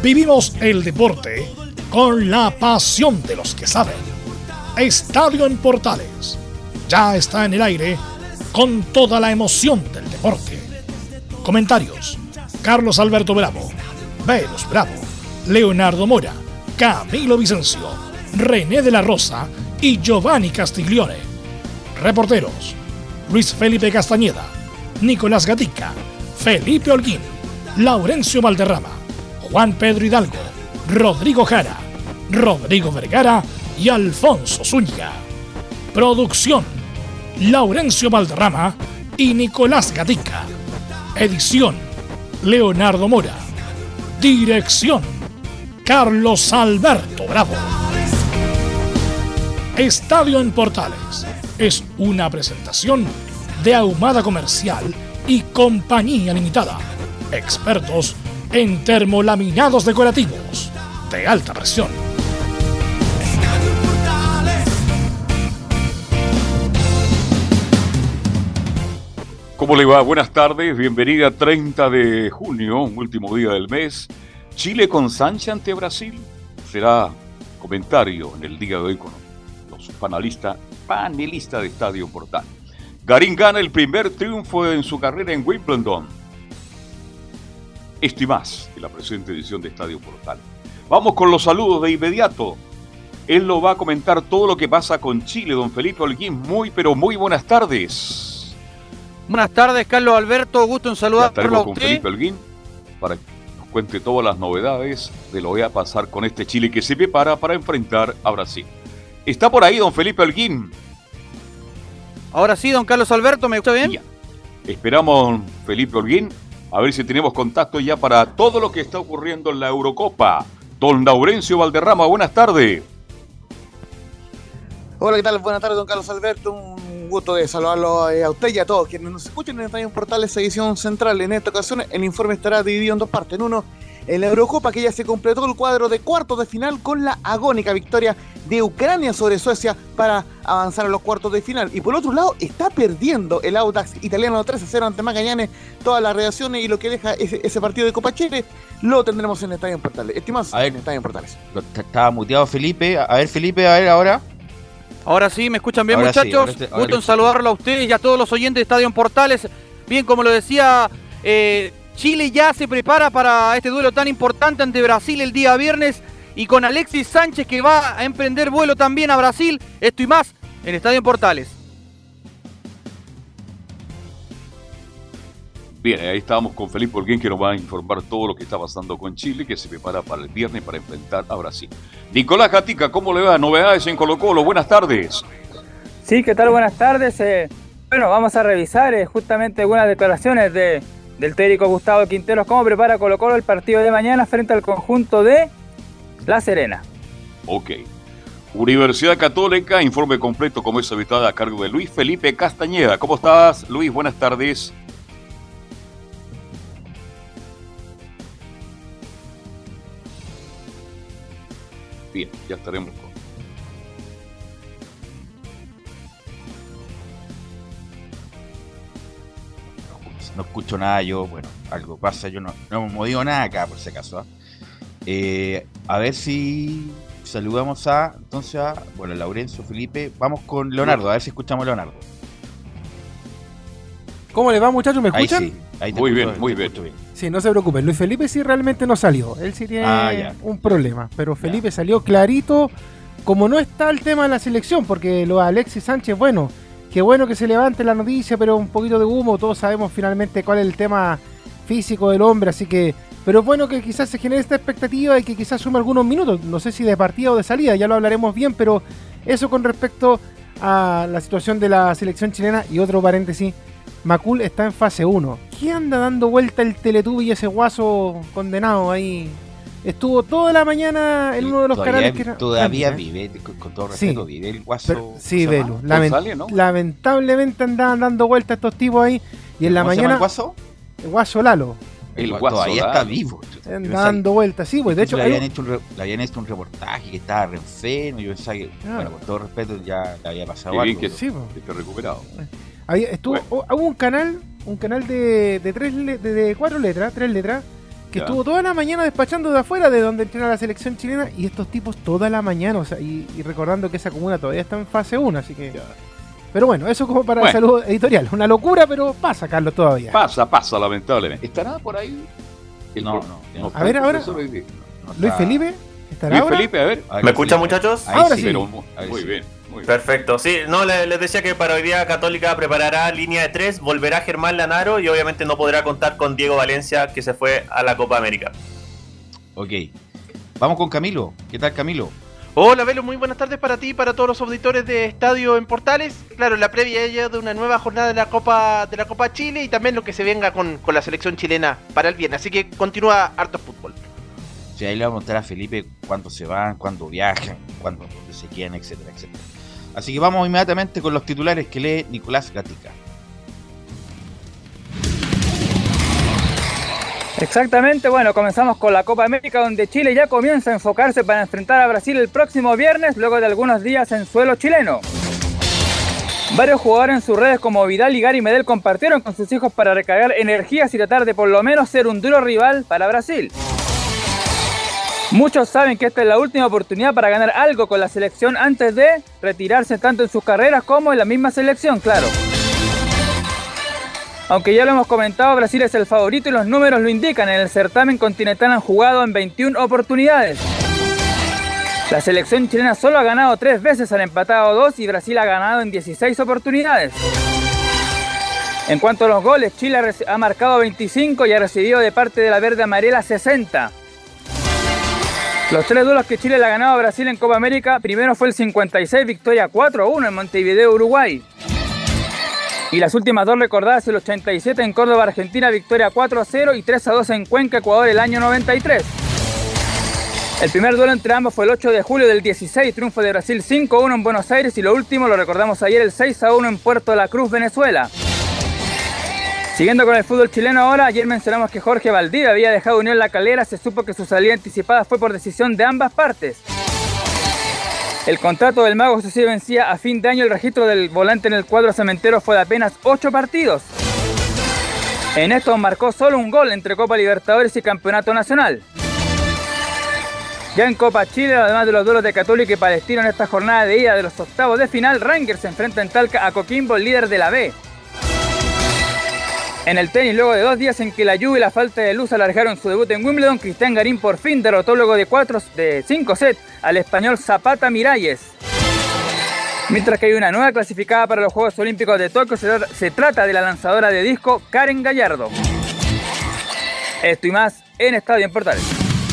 Vivimos el deporte con la pasión de los que saben. Estadio en Portales ya está en el aire con toda la emoción del deporte. Comentarios: Carlos Alberto Bravo, Velus Bravo, Leonardo Mora, Camilo Vicencio, René de la Rosa y Giovanni Castiglione. Reporteros: Luis Felipe Castañeda, Nicolás Gatica, Felipe Holguín, Laurencio Valderrama, Juan Pedro Hidalgo, Rodrigo Jara, Rodrigo Vergara y Alfonso Zúñiga. Producción: Laurencio Valderrama y Nicolás Gatica. Edición: Leonardo Mora. Dirección: Carlos Alberto Bravo. Estadio en Portales es una presentación de Ahumada Comercial y Compañía Limitada, expertos en termolaminados decorativos de alta presión. ¿Cómo le va? Buenas tardes, bienvenida a 30 de junio, último día del mes. Chile con Sánchez ante Brasil. Será comentario en el día de hoy con los panelistas de Estadio Portal. Garín gana el primer triunfo en su carrera en Wimbledon. Esto y más en la presente edición de Estadio Portal. Vamos con los saludos de inmediato. Él lo va a comentar todo lo que pasa con Chile, don Felipe Holguín. Muy buenas tardes. Buenas tardes, Carlos Alberto. Gusto en saludarlo ya estaremos a usted. Con Felipe Holguín para que nos cuente todas las novedades de lo que va a pasar con este Chile que se prepara para enfrentar a Brasil. Está por ahí don Felipe Holguín. Ahora sí, don Carlos Alberto, ¿me escucha bien? Ya. Esperamos, Felipe Holguín, a ver si tenemos contacto ya para todo lo que está ocurriendo en la Eurocopa. Don Laurencio Valderrama, buenas tardes. Hola, ¿qué tal? Buenas tardes, don Carlos Alberto. Un gusto de saludarlo a usted y a todos quienes nos escuchan en Estadio Portales, edición central. En esta ocasión, el informe estará dividido en dos partes. En uno, en la Eurocopa, que ya se completó el cuadro de cuartos de final con la agónica victoria de Ucrania sobre Suecia para avanzar a los cuartos de final. Y por otro lado, está perdiendo el Audax italiano 3-0 ante Magallanes. Todas las reacciones y lo que deja ese partido de Copa Chile lo tendremos en Estadio Portales. Estimados, en Estadio Portales. Estaba muteado Felipe. A ver, Felipe, a ver ahora. Ahora sí, ¿me escuchan bien, ahora muchachos? Sí, gusto en saludarlo a ustedes y a todos los oyentes de Estadio Portales. Bien, como lo decía, Chile ya se prepara para este duelo tan importante ante Brasil el día viernes, y con Alexis Sánchez que va a emprender vuelo también a Brasil. Esto y más en Estadio Portales. Bien, ahí estábamos con Felipe Holguín, que nos va a informar todo lo que está pasando con Chile, que se prepara para el viernes para enfrentar a Brasil. Nicolás Gatica, ¿cómo le va? Novedades en Colo-Colo, buenas tardes. Sí, ¿qué tal? Buenas tardes. Bueno, vamos a revisar justamente algunas declaraciones del técnico Gustavo Quinteros, cómo prepara Colo-Colo el partido de mañana frente al conjunto de La Serena. Ok. Universidad Católica, informe completo como es habitual a cargo de Luis Felipe Castañeda. ¿Cómo estás, Luis? Buenas tardes. Bien, ya estaremos con... No escucho nada yo, bueno, algo pasa, yo no hemos movido nada acá por si acaso. A ver si saludamos entonces a Laurencio, Felipe, vamos con Leonardo, a ver si escuchamos a Leonardo. ¿Cómo le va, muchachos? ¿Me escuchan? Ahí sí, ahí te muy escucho, bien, muy bien. Sí, no se preocupen, Luis Felipe sí realmente no salió, él sí tiene un problema, pero Felipe salió clarito, como no está el tema de la selección, porque lo de Alexis Sánchez, bueno, qué bueno que se levante la noticia, pero un poquito de humo, todos sabemos finalmente cuál es el tema físico del hombre, así que, pero es bueno que quizás se genere esta expectativa y que quizás sume algunos minutos, no sé si de partida o de salida, ya lo hablaremos bien, pero eso con respecto a la situación de la selección chilena. Y otro paréntesis, Macul está en fase 1. ¿Qué anda dando vuelta el Teletubby y ese guaso condenado ahí? Estuvo toda la mañana en uno de los canales que era... Todavía vive, con todo respeto, vive el guaso. Sí, Velu. Lamentablemente andaban dando vuelta estos tipos ahí. Y en la mañana... ¿El guaso? El guaso Lalo. El guaso todavía está vivo. Dando vueltas, sí, pues de hecho... Le habían hecho un reportaje que estaba re enfermo. Yo pensaba que, bueno, con todo respeto, ya le había pasado algo. Que sí, esté recuperado. Hubo un canal de 4 letras, que estuvo toda la mañana despachando de afuera de donde entrena la selección chilena, y estos tipos toda la mañana, o sea, y recordando que esa comuna todavía está en fase 1, así que... Pero bueno, eso como para el saludo editorial. Una locura, pero pasa, Carlos, todavía. Pasa, lamentablemente. ¿Estará por ahí? No. A ver, ahora. Luis Felipe, ¿estará ahora? Luis Felipe, a ver. ¿Me escuchan, muchachos? Ahora sí. Pero muy bien. Perfecto, sí, no, les decía que para hoy día Católica preparará línea de 3, volverá Germán Lanaro y obviamente no podrá contar con Diego Valencia, que se fue a la Copa América. Ok, vamos con Camilo. ¿Qué tal, Camilo? Hola, Velo, muy buenas tardes para ti y para todos los auditores de Estadio en Portales. Claro, la previa ya de una nueva jornada de la Copa Chile y también lo que se venga con la selección chilena para el viernes, así que continúa harto fútbol. Sí, ahí le vamos a mostrar a Felipe cuándo se van, cuándo viajan, cuándo se quedan, etcétera, etcétera. Así que vamos inmediatamente con los titulares que lee Nicolás Gatica. Exactamente, bueno, comenzamos con la Copa América, donde Chile ya comienza a enfocarse para enfrentar a Brasil el próximo viernes, luego de algunos días en suelo chileno. Varios jugadores en sus redes como Vidal y Gary Medel compartieron con sus hijos para recargar energías y tratar de por lo menos ser un duro rival para Brasil. Muchos saben que esta es la última oportunidad para ganar algo con la selección antes de retirarse tanto en sus carreras como en la misma selección, claro. Aunque ya lo hemos comentado, Brasil es el favorito y los números lo indican. En el certamen continental han jugado en 21 oportunidades. La selección chilena solo ha ganado 3 veces, han empatado 2 y Brasil ha ganado en 16 oportunidades. En cuanto a los goles, Chile ha marcado 25 y ha recibido de parte de la verde amarela 60. Los 3 duelos que Chile le ha ganado a Brasil en Copa América, primero fue el 56, victoria 4-1 en Montevideo, Uruguay. Y las últimas 2 recordadas, el 87 en Córdoba, Argentina, victoria 4-0 y 3-2 en Cuenca, Ecuador, el año 93. El primer duelo entre ambos fue el 8 de julio del 16, triunfo de Brasil 5-1 en Buenos Aires, y lo último lo recordamos ayer, el 6-1 en Puerto La Cruz, Venezuela. Siguiendo con el fútbol chileno ahora, ayer mencionamos que Jorge Valdivia había dejado Unión La Calera, se supo que su salida anticipada fue por decisión de ambas partes. El contrato del mago se vencía a fin de año, el registro del volante en el cuadro cementero fue de apenas 8 partidos. En estos marcó solo un gol entre Copa Libertadores y Campeonato Nacional. Ya en Copa Chile, además de los duelos de Católica y Palestino en esta jornada de ida de los octavos de final, Rangers se enfrenta en Talca a Coquimbo, el líder de la B. En el tenis, luego de 2 días en que la lluvia y la falta de luz alargaron su debut en Wimbledon, Cristian Garín por fin derrotó luego de 5 sets al español Zapata Miralles. Mientras que hay una nueva clasificada para los Juegos Olímpicos de Tokio, se trata de la lanzadora de disco Karen Gallardo. Esto y más en Estadio en Portales.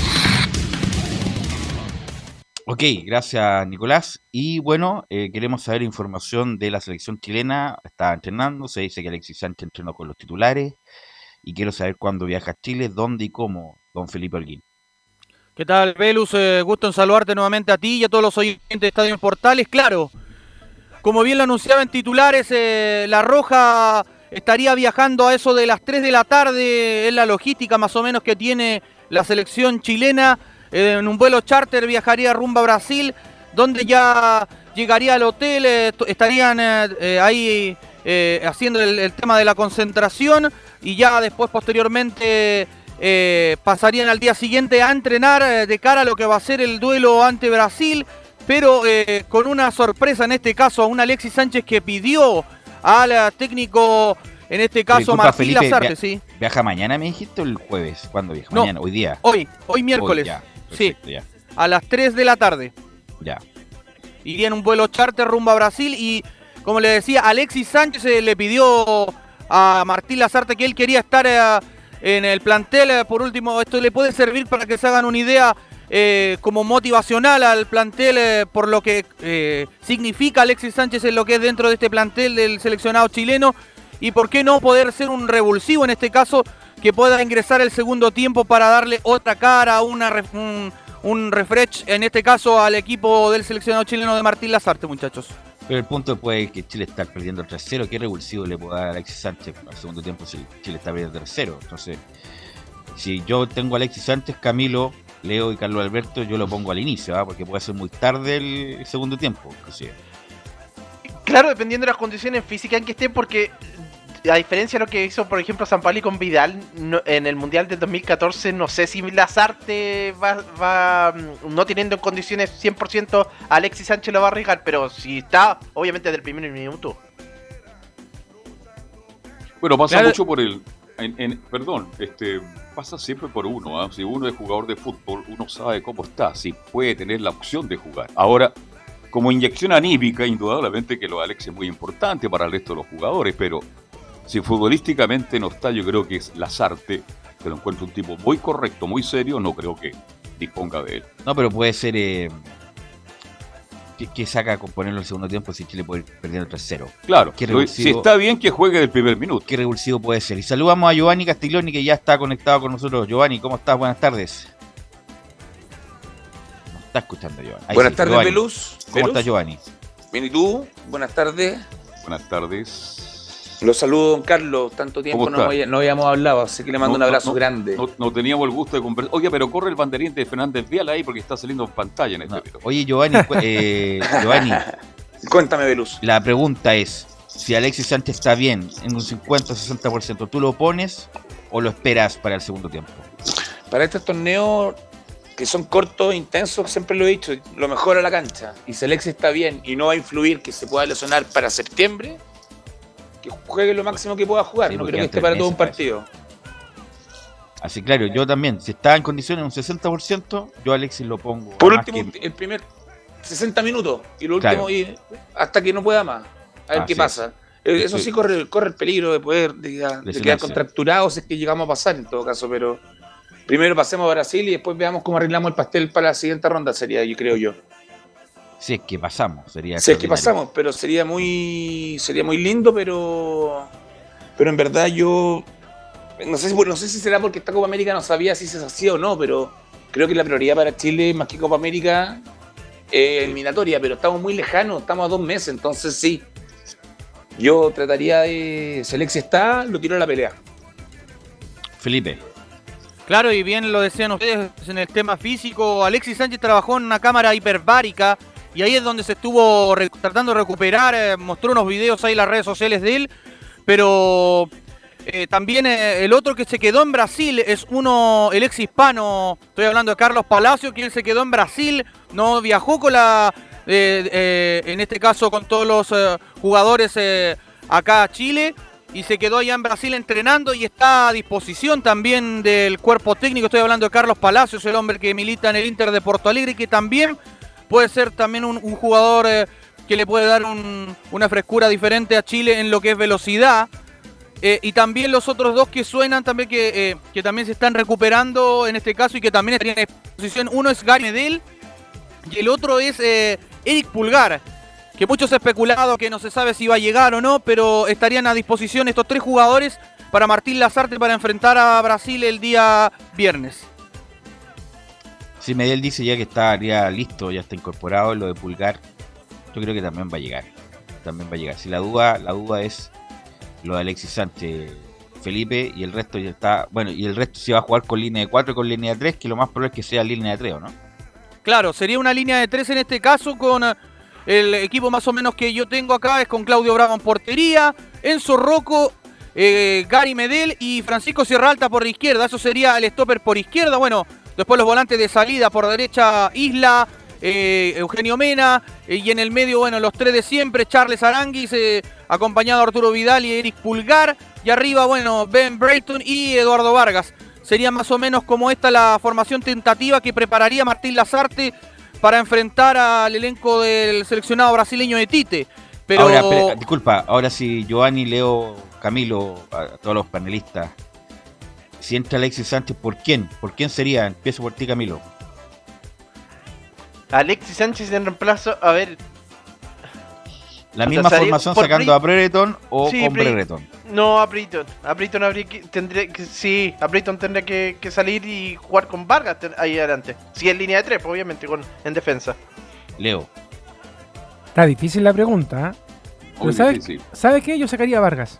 Ok, gracias Nicolás. Y bueno, queremos saber información de la selección chilena. Está entrenando, se dice que Alexis Sánchez entrenó con los titulares. Y quiero saber cuándo viaja a Chile, dónde y cómo, don Felipe Holguín. ¿Qué tal, Velus? Gusto en saludarte nuevamente a ti y a todos los oyentes de Estadio Portales. Claro, como bien lo anunciaba en titulares, La Roja estaría viajando a eso de las 3 de la tarde. Es la logística más o menos que tiene la selección chilena. En un vuelo charter viajaría rumbo a Brasil, donde ya llegaría al hotel, estarían ahí haciendo el tema de la concentración y ya después posteriormente pasarían al día siguiente a entrenar de cara a lo que va a ser el duelo ante Brasil, pero con una sorpresa en este caso a un Alexis Sánchez que pidió al técnico, en este caso Martín Lazarte, ¿sí? ¿Viaja mañana, me dijiste, o el jueves? ¿Cuándo viaja? No, mañana, hoy día. Hoy miércoles. Ya, perfecto, sí, ya. A las 3 de la tarde. Ya. Iría en un vuelo charter rumbo a Brasil y, como le decía, Alexis Sánchez le pidió a Martín Lazarte que él quería estar en el plantel. Por último, esto le puede servir para que se hagan una idea como motivacional al plantel, por lo que significa Alexis Sánchez en lo que es dentro de este plantel del seleccionado chileno. Y por qué no poder ser un revulsivo en este caso, que pueda ingresar el segundo tiempo para darle otra cara, un refresh en este caso al equipo del seleccionado chileno de Martín Lazarte, muchachos. Pero el punto después es que Chile está perdiendo el 3-0. ¿Qué revulsivo le puede dar a Alexis Sánchez al segundo tiempo si Chile está perdiendo el 3-0? Entonces, si yo tengo a Alexis Sánchez, Camilo, Leo y Carlos Alberto, yo lo pongo al inicio, ¿eh? Porque puede ser muy tarde el segundo tiempo. Inclusive. Claro, dependiendo de las condiciones físicas en que estén, porque a diferencia de lo que hizo, por ejemplo, Sampaoli con Vidal en el Mundial del 2014, no sé si Lasarte va no teniendo en condiciones 100% a Alexis Sánchez lo va a arriesgar, pero si está, obviamente, del primer minuto. Bueno, pasa mucho por el... pasa siempre por uno, ¿eh? Si uno es jugador de fútbol, uno sabe cómo está, si puede tener la opción de jugar. Ahora, como inyección anímica, indudablemente que lo de Alexis es muy importante para el resto de los jugadores, pero si futbolísticamente no está, yo creo que es Lasarte, que lo encuentro un tipo muy correcto, muy serio, no creo que disponga de él. No, pero puede ser que saca con ponerlo en el segundo tiempo si Chile puede ir perdiendo 3-0. Claro, si está bien que juegue del primer minuto. Qué revulsivo puede ser. Y saludamos a Giovanni Castiglioni, que ya está conectado con nosotros. Giovanni, ¿cómo estás? Buenas tardes. Nos está escuchando Giovanni. Buenas tardes, Velus. ¿Cómo estás, Giovanni? Bien, ¿y tú? Buenas tardes. Buenas tardes. Los saludo, don Carlos. Tanto tiempo no habíamos hablado, así que le mando un abrazo grande. No teníamos el gusto de conversar. Oye, pero corre el banderín de Fernández Vial ahí porque está saliendo en pantalla en este video. Oye, Giovanni, Cuéntame, Velus. La pregunta es, si Alexis Sánchez está bien en un 50-60%, ¿tú lo pones o lo esperas para el segundo tiempo? Para estos torneos que son cortos, intensos, siempre lo he dicho, lo mejor a la cancha. Y si Alexis está bien y no va a influir que se pueda lesionar para septiembre, que juegue lo máximo que pueda jugar, sí, no creo que esté para todo un partido. Así, claro, yo también, si está en condiciones un 60%, yo a Alexis lo pongo. Por último, el primer 60 minutos y lo último, claro, hasta que no pueda más. A ver qué pasa. Eso sí corre el peligro de poder de quedar contracturados si es que llegamos a pasar en todo caso, pero primero pasemos a Brasil y después veamos cómo arreglamos el pastel para la siguiente ronda, sería, yo creo yo. Si es que pasamos, pero sería muy lindo, pero en verdad yo no sé si será porque esta Copa América no sabía si se hacía o no, pero creo que la prioridad para Chile, más que Copa América, es eliminatoria, pero estamos muy lejanos, estamos a 2 meses, entonces sí, yo trataría de, si Alexis está, lo tiro a la pelea. Felipe. Claro, y bien lo decían ustedes en el tema físico, Alexis Sánchez trabajó en una cámara hiperbárica, y ahí es donde se estuvo tratando de recuperar, mostró unos videos ahí en las redes sociales de él, pero también el otro que se quedó en Brasil es el ex hispano, estoy hablando de Carlos Palacio, quien se quedó en Brasil, no viajó con en este caso con todos los jugadores acá a Chile, y se quedó allá en Brasil entrenando y está a disposición también del cuerpo técnico. Estoy hablando de Carlos Palacios, el hombre que milita en el Inter de Porto Alegre, que también puede ser también un jugador que le puede dar una frescura diferente a Chile en lo que es velocidad. Y también los otros dos que suenan también, que también se están recuperando en este caso y que también estarían en exposición. Uno es Gary Medel y el otro es Eric Pulgar, que muchos han especulado que no se sabe si va a llegar o no, pero estarían a disposición estos 3 jugadores para Martín Lasarte para enfrentar a Brasil el día viernes. Sí, Medel dice ya que estaría listo, ya está incorporado. Lo de Pulgar, yo creo que también va a llegar. Si la duda es lo de Alexis Sánchez, Felipe, y el resto ya está. Bueno, y el resto se va a jugar con línea de 4 y con línea de 3, que lo más probable es que sea línea de 3, ¿o no? Claro, sería una línea de 3 en este caso, con el equipo más o menos que yo tengo acá, es con Claudio Bravo en portería, Enzo Rocco, Gary Medel y Francisco Sierra Alta por la izquierda. Eso sería el stopper por izquierda. Bueno, después los volantes de salida por derecha, Isla, Eugenio Mena, y en el medio, bueno, los 3 de siempre, Charles Aranguis, acompañado de Arturo Vidal y Eric Pulgar, y arriba, bueno, Ben Brayton y Eduardo Vargas. Sería más o menos como esta la formación tentativa que prepararía Martín Lasarte para enfrentar al elenco del seleccionado brasileño de Tite. Pero... Ahora, disculpa, ahora sí, Giovanni, Leo, Camilo, a todos los panelistas, si entra Alexis Sánchez, ¿por quién? ¿Por quién sería? Empiezo por ti, Camilo. Alexis Sánchez en reemplazo, a ver... ¿La misma formación sacando a Brereton o sí, con Brereton? No, a Brereton. A Brereton tendría que salir y jugar con Vargas ahí adelante. Si en línea de 3, pues, obviamente, en defensa. Leo. Está difícil la pregunta, ¿eh? ¿Sabes qué? Yo sacaría a Vargas.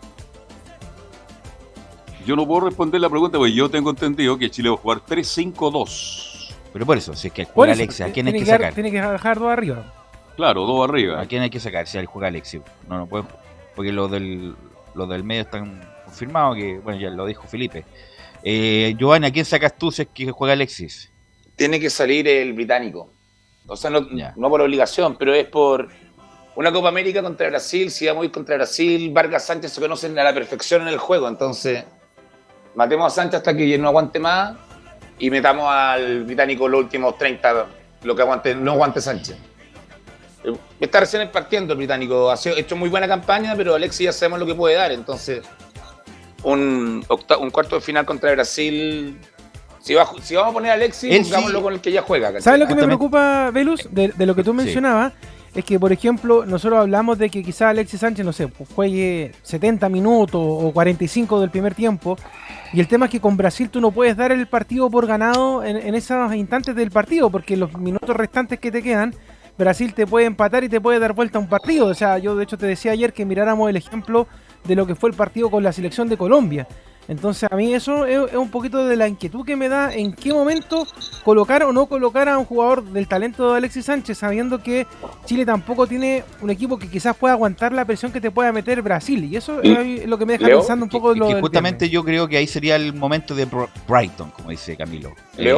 Yo no puedo responder la pregunta porque yo tengo entendido que Chile va a jugar 3-5-2. Pero por eso, si es que juega Alexis, ¿a quién hay que sacar? Tiene que dejar 2 arriba. Claro, 2 arriba. ¿A quién hay que sacar si juega Alexis? No puede, porque lo del los del medio están confirmados, que bueno, ya lo dijo Felipe. Giovanni, ¿a quién sacas tú si es que juega Alexis? Tiene que salir el británico. O sea, no por obligación, pero es por una Copa América contra Brasil. Si vamos a ir contra Brasil, Vargas, Sánchez se conocen a la perfección en el juego. Entonces, matemos a Sánchez hasta que no aguante más y metamos al británico los últimos 30, lo que no aguante Sánchez. Está recién partiendo el británico. Ha hecho muy buena campaña, pero Alexis ya sabemos lo que puede dar. Entonces, un cuarto de final contra Brasil. Si vamos a poner a Alexis, pongámoslo con el que ya juega. ¿Cachai? ¿Sabes lo que me preocupa, Velus? De lo que tú mencionabas, es que, por ejemplo, nosotros hablamos de que quizás Alexis Sánchez, no sé, pues juegue 70 minutos o 45 del primer tiempo, y el tema es que con Brasil tú no puedes dar el partido por ganado en esos instantes del partido, porque los minutos restantes que te quedan, Brasil te puede empatar y te puede dar vuelta a un partido. O sea, yo de hecho te decía ayer que miráramos el ejemplo de lo que fue el partido con la selección de Colombia. Entonces a mí eso es un poquito de la inquietud que me da en qué momento colocar o no colocar a un jugador del talento de Alexis Sánchez, sabiendo que Chile tampoco tiene un equipo que quizás pueda aguantar la presión que te pueda meter Brasil. Y eso es lo que me deja pensando un poco de lo que justamente yo creo que ahí sería el momento de Brighton, como dice Camilo.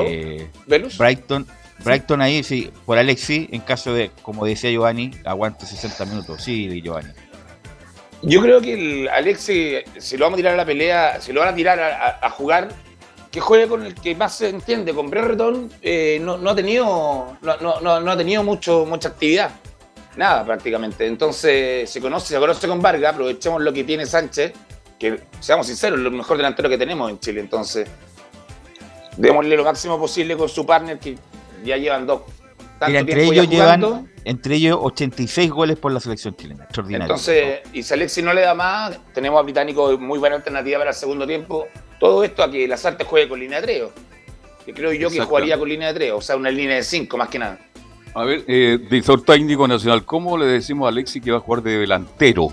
Brighton ahí, sí, por Alexis, en caso de, como decía Giovanni, aguante 60 minutos. Sí, Giovanni. Yo creo que el Alexis, si lo vamos a tirar a la pelea, si lo van a tirar a jugar, que juegue con el que más se entiende. Con Brereton no ha tenido mucha actividad, nada prácticamente. Entonse se conoce con Vargas, aprovechemos lo que tiene Sánchez, que seamos sinceros, es el mejor delantero que tenemos en Chile. Entonces, démosle lo máximo posible con su partner, que ya llevan dos. Mira, entre ellos 86 goles por la selección chilena. Extraordinario. Entonces, y si Alexis no le da más, tenemos a Británico muy buena alternativa para el segundo tiempo. Todo esto a que Lasarte juegue con línea de 3. Que creo yo que jugaría con línea de 3, o sea, una línea de 5 más que nada. A ver, director técnico nacional, ¿cómo le decimos a Alexis que va a jugar de delantero?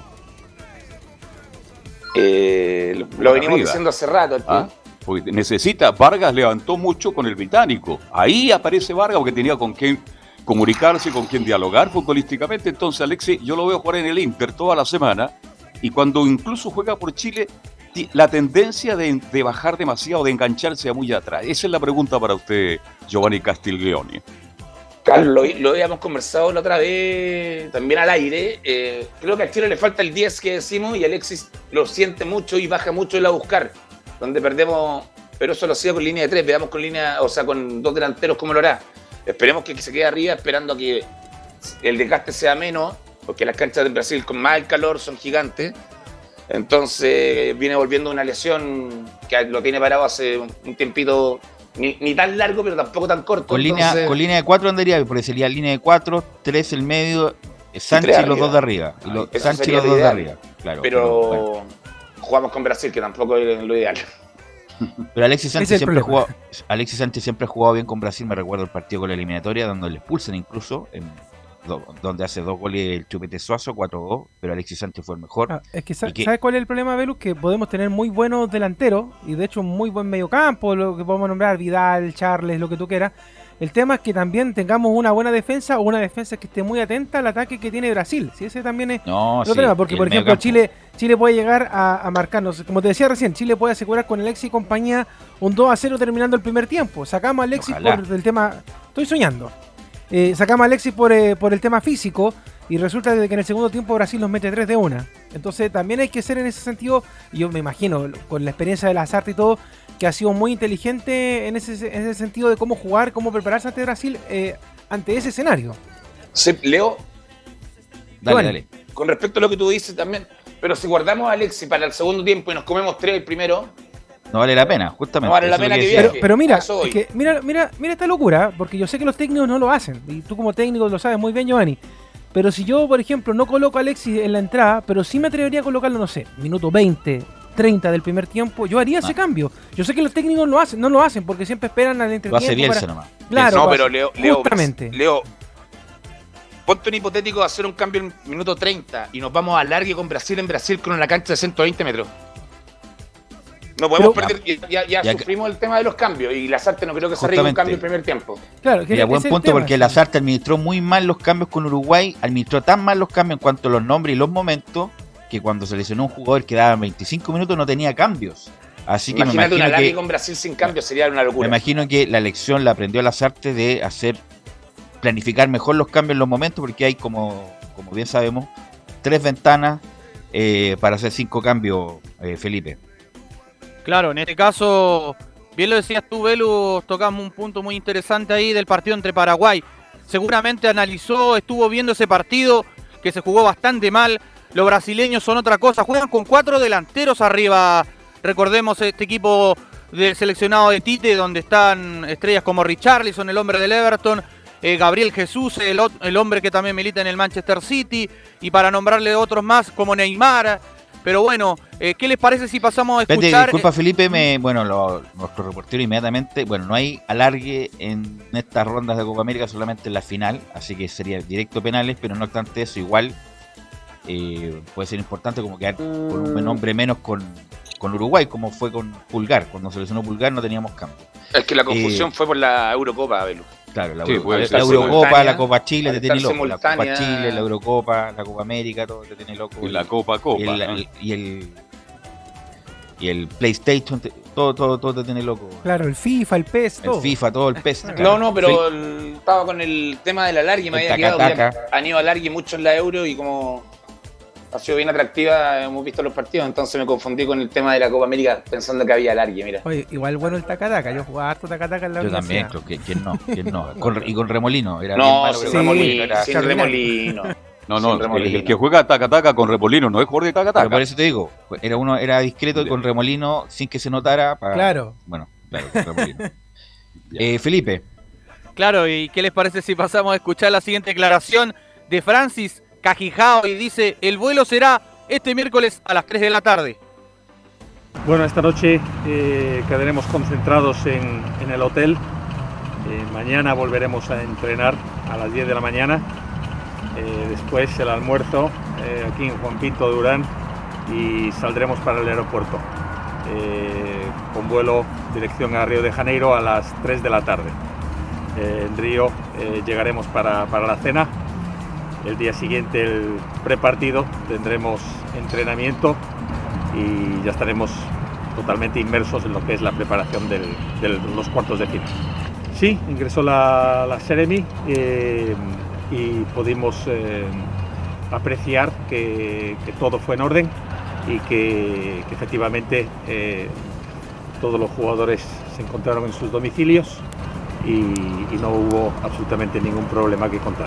Lo venimos diciendo hace rato. Porque Vargas levantó mucho con el británico. Ahí aparece Vargas porque tenía con quién comunicarse, con quién dialogar futbolísticamente. Entonces Alexis, yo lo veo jugar en el Inter toda la semana, y cuando incluso juega por Chile, la tendencia de bajar demasiado, de engancharse a muy atrás. Esa es la pregunta para usted, Giovanni Castiglioni. Carlos, lo habíamos conversado la otra vez también al aire. Creo que a Chile le falta el 10 que decimos, y Alexis lo siente mucho y baja mucho el a buscar, donde perdemos, pero eso lo hacía con línea de 3, veamos con dos delanteros cómo lo hará. Esperemos que se quede arriba, esperando que el desgaste sea menos, porque las canchas de Brasil con más calor son gigantes. Entonces viene volviendo una lesión que lo tiene parado hace un tiempito, ni tan largo, pero tampoco tan corto. Con línea de 4 andaría, porque sería línea de 4, 3 el medio, Sánchez y los dos de arriba. Sánchez y los dos de arriba, claro. Pero bueno, jugamos con Brasil, que tampoco es lo ideal. Pero Alexis Sánchez siempre ha jugado bien con Brasil. Me recuerdo el partido con la eliminatoria, donde le expulsan incluso, donde hace 2 goles el Chupete Suazo, 4-2, pero Alexis Sánchez fue el mejor. Es que ¿sabes cuál es el problema, Velus? Que podemos tener muy buenos delanteros, y de hecho muy buen mediocampo, lo que podemos nombrar, Vidal, Charles, lo que tú quieras. El tema es que también tengamos una buena defensa, o una defensa que esté muy atenta al ataque que tiene Brasil. Si ese también es otro tema, porque por ejemplo Chile puede llegar a marcarnos, como te decía recién, Chile puede asegurar con Alexis y compañía un 2-0 terminando el primer tiempo. Sacamos a Alexis por el tema, estoy soñando, sacamos a Alexis por el tema físico, y resulta que en el segundo tiempo Brasil nos mete 3 de una. Entonces también hay que ser en ese sentido, y yo me imagino, con la experiencia de Lasarte y todo, que ha sido muy inteligente en ese sentido de cómo jugar, cómo prepararse ante Brasil, ante ese escenario. Sí, Leo, dale. Con respecto a lo que tú dices también, pero si guardamos a Alexis para el segundo tiempo y nos comemos 3 el primero, no vale la pena, justamente. No vale la pena que viaje. Pero mira, es que mira esta locura, porque yo sé que los técnicos no lo hacen, y tú como técnico lo sabes muy bien, Giovanni. Pero si yo, por ejemplo, no coloco a Alexis en la entrada, pero sí me atrevería a colocarlo, no sé, minuto 20, 30 del primer tiempo, yo haría ese cambio. Yo sé que los técnicos no lo hacen, porque siempre esperan al entretiempo. Lo hace Bielsa nomás. Claro, no, pero Leo, ponte un hipotético de hacer un cambio en minuto 30 y nos vamos a alargue con Brasil en Brasil con una cancha de 120 metros. No podemos perder, ya sufrimos el tema de los cambios, y Lasarte no creo que se arriesgue un cambio en el primer tiempo. Claro, que buen punto, porque Lasarte administró muy mal los cambios con Uruguay, administró tan mal los cambios en cuanto a los nombres y los momentos, que cuando se lesionó un jugador que daba 25 minutos no tenía cambios. Así que imagínate una Larry que con Brasil sin cambio, sería una locura. Me imagino que la lección la aprendió Lasarte de planificar mejor los cambios en los momentos, porque hay, como bien sabemos, 3 ventanas para hacer 5 cambios, Felipe. Claro, en este caso, bien lo decías tú, Belu, tocamos un punto muy interesante ahí del partido entre Paraguay. Seguramente analizó, estuvo viendo ese partido que se jugó bastante mal. Los brasileños son otra cosa, juegan con 4 delanteros arriba. Recordemos este equipo del seleccionado de Tite, donde están estrellas como Richarlison, el hombre del Everton, Gabriel Jesús, el hombre que también milita en el Manchester City, y para nombrarle otros más como Neymar. Pero bueno, ¿qué les parece si pasamos a escuchar? Disculpa, Felipe, nuestro reportero inmediatamente, no hay alargue en estas rondas de Copa América, solamente en la final, así que sería directo penales, pero no obstante eso, igual puede ser importante como quedar con un nombre menos con Uruguay, como fue con Pulgar. Cuando se lesionó Pulgar no teníamos cambio. Es que la confusión fue por la Eurocopa, Belu. Claro, la Eurocopa, la Copa Chile te tiene loco. La Copa Chile, la Eurocopa, la Copa América, todo te tiene loco. Y la Copa. Y el PlayStation, todo te tiene loco. Claro, el FIFA, el PES, todo. El FIFA, todo el PES. Claro. No, pero estaba con el tema de la alargue, me había quedado que han ido a alargue mucho en la Euro y como ha sido bien atractiva, hemos visto los partidos, entonces me confundí con el tema de la Copa América pensando que había alargue, mira. Oye, igual bueno el taca-taca, yo jugaba harto taca-taca en la universidad. Yo también, creo que ¿quién no? Y con Remolino, era no, bien malo. Sin Remolino. No, el que juega taca-taca con Remolino no es Jorge taca-taca. Pero por eso te digo, era discreto con Remolino sin que se notara. Claro. Bueno, claro, Remolino. Felipe. Claro, ¿y qué les parece si pasamos a escuchar la siguiente declaración de Francis Cajijao? Y dice, el vuelo será este miércoles a las 3 de la tarde. Bueno, esta noche quedaremos concentrados en el hotel. Mañana volveremos a entrenar a las 10 de la mañana. Después el almuerzo aquí en Juan Pinto de Urán y saldremos para el aeropuerto con vuelo dirección a Río de Janeiro a las 3 de la tarde. En Río llegaremos para la cena. El día siguiente, el prepartido, tendremos entrenamiento y ya estaremos totalmente inmersos en lo que es la preparación de los cuartos de final. Sí, ingresó la Seremi y pudimos apreciar que todo fue en orden y que efectivamente todos los jugadores se encontraron en sus domicilios y no hubo absolutamente ningún problema que contar.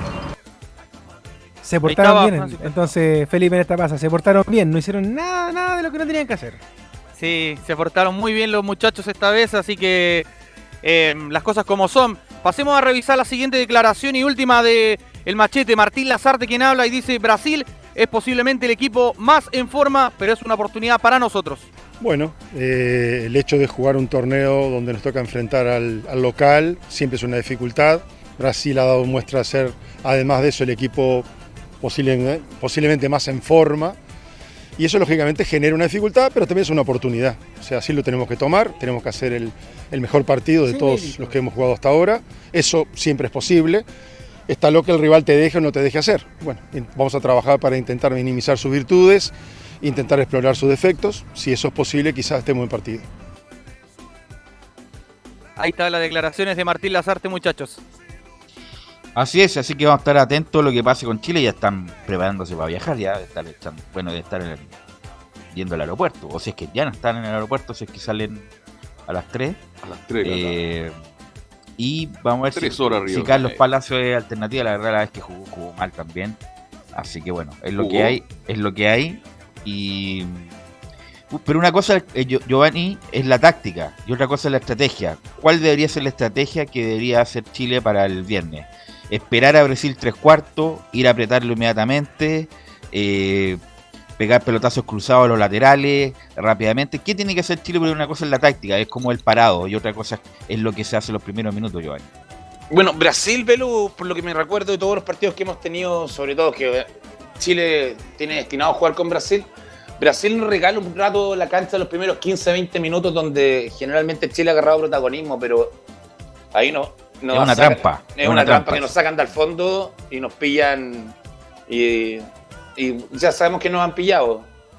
Se portaron bien, entonces Felipe en esta pasa, se portaron bien, no hicieron nada de lo que no tenían que hacer. Sí, se portaron muy bien los muchachos esta vez, así que las cosas como son. Pasemos a revisar la siguiente declaración y última de el machete, Martín Lasarte, quien habla y dice, Brasil es posiblemente el equipo más en forma, pero es una oportunidad para nosotros. Bueno, el hecho de jugar un torneo donde nos toca enfrentar al local siempre es una dificultad. Brasil ha dado muestra de ser, además de eso, el equipo posiblemente más en forma. Y eso lógicamente genera una dificultad, pero también es una oportunidad. O sea, así lo tenemos que tomar, tenemos que hacer el mejor partido de todos los que hemos jugado hasta ahora. Eso siempre es posible. Está lo que el rival te deje o no te deje hacer. Bueno, vamos a trabajar para intentar minimizar sus virtudes, intentar explorar sus defectos. Si eso es posible, quizás estemos en partido. Ahí están las declaraciones de Martín Lasarte, muchachos. Así es, así que vamos a estar atentos a lo que pase con Chile. Ya están preparándose para viajar, ya de estar yendo al aeropuerto. O si es que ya no están en el aeropuerto, si es que salen a las 3. A las 3. Y vamos a ver si Carlos Palacio es alternativa. La verdad, la vez que jugó mal también. Así que bueno, es lo que hay. Pero una cosa, Giovanni, es la táctica y otra cosa es la estrategia. ¿Cuál debería ser la estrategia que debería hacer Chile para el viernes? Esperar a Brasil 3/4, ir a apretarlo inmediatamente, pegar pelotazos cruzados a los laterales rápidamente. ¿Qué tiene que hacer Chile? Porque una cosa es la táctica, es como el parado, y otra cosa es lo que se hace en los primeros minutos, Giovanni. Bueno, Brasil, Belu, por lo que me recuerdo de todos los partidos que hemos tenido, sobre todo que Chile tiene destinado a jugar con Brasil, Brasil nos regala un rato la cancha los primeros 15-20 minutos donde generalmente Chile ha agarrado protagonismo, pero ahí no es una trampa. Es una trampa que nos sacan del fondo y nos pillan y ya sabemos que nos han pillado.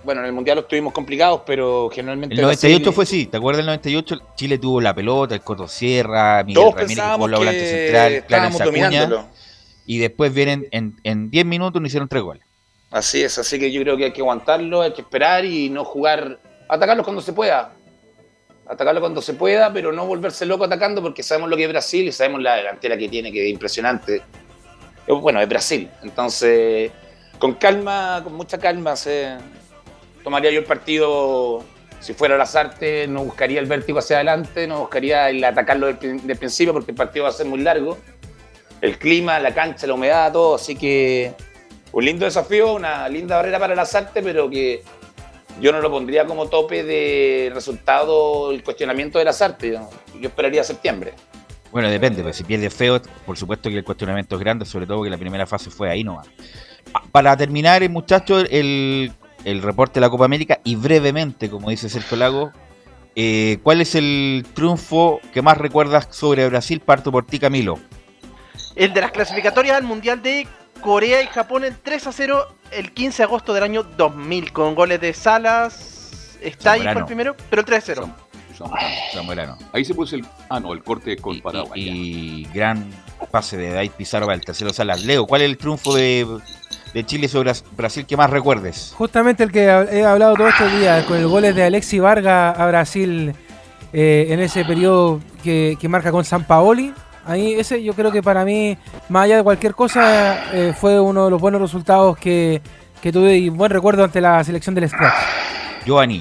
bueno, en el Mundial los tuvimos complicados, pero generalmente... El 98 Brasil, fue sí, ¿te acuerdas del 98? Chile tuvo la pelota, el Coto Sierra, Miguel todos Ramírez pensábamos jugó la volante que central, estábamos Clarence Acuña, dominándolo. y después vienen en 10 minutos nos hicieron 3 goles. Así es, así que yo creo que hay que aguantarlo, hay que esperar y no jugar, atacarlos cuando se pueda. Atacarlo cuando se pueda, pero no volverse loco atacando porque sabemos lo que es Brasil y sabemos la delantera que tiene, que es impresionante. Bueno, es Brasil. Entonces, con calma, con mucha calma, tomaría yo el partido. Si fuera Lazarte, no buscaría el vértigo hacia adelante, no buscaría el atacarlo del principio porque el partido va a ser muy largo. El clima, la cancha, la humedad, todo. Así que un lindo desafío, una linda barrera para Lazarte, pero que yo no lo pondría como tope de resultado el cuestionamiento de Lazarte. Yo esperaría septiembre. Bueno, depende, pero si pierde feo, por supuesto que el cuestionamiento es grande, sobre todo que la primera fase fue ahí nomás. Para terminar, muchachos, el reporte de la Copa América y brevemente, como dice Sergio Lago, ¿cuál es el triunfo que más recuerdas sobre Brasil? Parto por ti, Camilo. El de las clasificatorias al Mundial de Corea y Japón en 3-0 el 15 de agosto del año 2000, con goles de Salas, está ahí fue el primero, pero el 3-0. Zamorano. Ahí se puso el corte con Paraguay. Y gran pase de David Pizarro para el tercero Salas. Leo, ¿cuál es el triunfo de Chile sobre Brasil que más recuerdes? Justamente el que he hablado todos estos días, con el goles de Alexis Vargas a Brasil en ese periodo que marca con Sampaoli. Ahí ese yo creo que para mí, más allá de cualquier cosa, fue uno de los buenos resultados que tuve y buen recuerdo ante la selección del Scratch. Giovanni.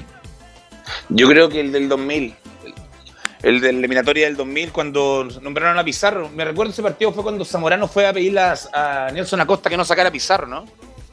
Yo creo que el del 2000, el de la eliminatoria del 2000, cuando nombraron a Pizarro. Me recuerdo ese partido fue cuando Zamorano fue a pedirle a Nelson Acosta que no sacara a Pizarro, ¿no?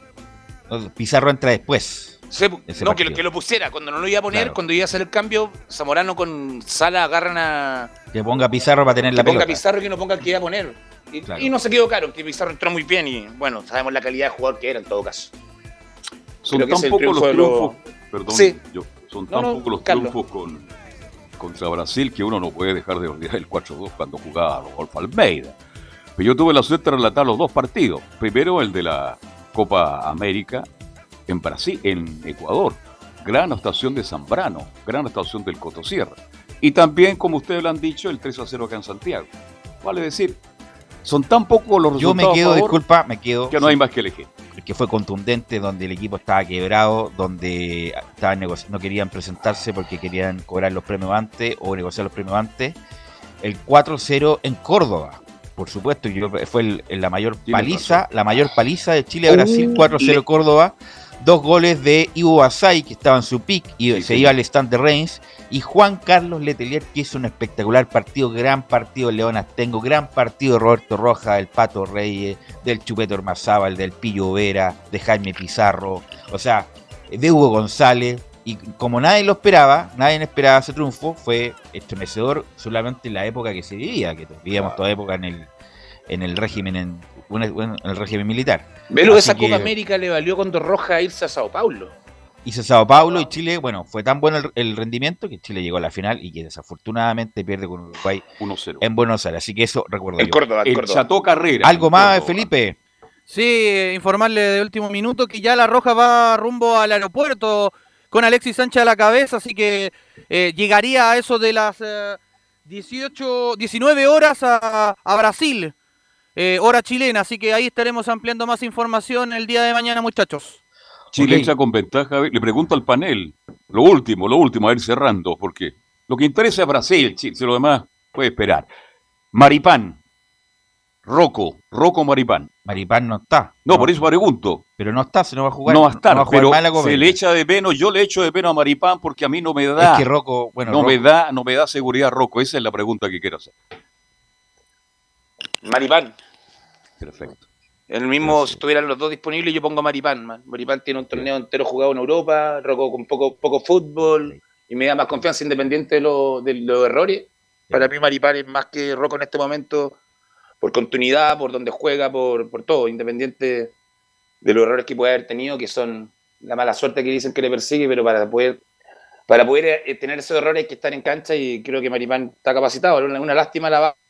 Pizarro entra después. Sí, no, que lo pusiera. Cuando no lo iba a poner, claro. Cuando iba a hacer el cambio, Zamorano con Sala agarran a... Que ponga Pizarro para tener la pelota. Que ponga Pizarro y que no ponga el que iba a poner. Y no se equivocaron, que Pizarro entró muy bien y, bueno, sabemos la calidad de jugador que era en todo caso. Son tan pocos los triunfos... Perdón, sí. Son tan pocos los triunfos contra Brasil que uno no puede dejar de olvidar el 4-2 cuando jugaba Rodolfo Almeida. Pero yo tuve la suerte de relatar los dos partidos. Primero el de la Copa América en Brasil, en Ecuador. Gran actuación de Zambrano, gran actuación del Coto Sierra. Y también, como ustedes lo han dicho, el 3-0 acá en Santiago. Vale decir, son tan pocos los resultados. Yo me quedo, disculpa, que no hay más que elegir. Que fue contundente, donde el equipo estaba quebrado, donde no querían presentarse porque querían cobrar los premios antes o negociar los premios antes. El 4-0 en Córdoba, por supuesto, fue la mayor paliza de Chile a Brasil, 4-0 Córdoba. 2 goles de Ivo Basay, que estaba en su pick y se iba al stand de Reims, y Juan Carlos Letelier, que hizo un espectacular partido, gran partido de León Astengo, gran partido de Roberto Rojas, del Pato Reyes, del Chupete Ormazábal, del Pillo Vera, de Jaime Pizarro, o sea, de Hugo González, y como nadie esperaba ese triunfo, fue estremecedor solamente en la época que se vivía, que vivíamos toda época en el régimen en el régimen militar. Velo, esa Copa América le valió cuando Roja irse a Sao Paulo. Hizo Sao Paulo y Chile, bueno, fue tan bueno el rendimiento que Chile llegó a la final y que desafortunadamente pierde con Uruguay 1-0 en Buenos Aires. Así que eso recuerdo yo. Córdoba, el Chateau Carrera. ¿Algo más, Felipe? Sí, informarle de último minuto que ya la Roja va rumbo al aeropuerto con Alexis Sánchez a la cabeza, así que llegaría a eso de las 19 horas a Brasil. Hora chilena, así que ahí estaremos ampliando más información el día de mañana, muchachos. Chile entra con ventaja. Le pregunto al panel, lo último, a ir cerrando, porque lo que interesa es Brasil, Chile, lo demás puede esperar. Maripán, Rocco Maripán. Maripán no está. No, por eso pregunto. Pero no está, se no va a jugar. No va a estar, pero se le echa de menos, yo le echo de menos a Maripán porque a mí no me da. Es que Rocco, no me da seguridad Rocco, esa es la pregunta que quiero hacer. Maripán. Perfecto. El mismo, si estuvieran los dos disponibles, yo pongo a Maripán. Maripán tiene un torneo entero jugado en Europa, Rocco con poco fútbol, y me da más confianza independiente de los errores. Para mí Maripán es más que Rocco en este momento, por continuidad, por donde juega, por todo, independiente de los errores que puede haber tenido, que son la mala suerte que dicen que le persigue, pero para poder tener esos errores hay que estar en cancha, y creo que Maripán está capacitado. Una lástima la va.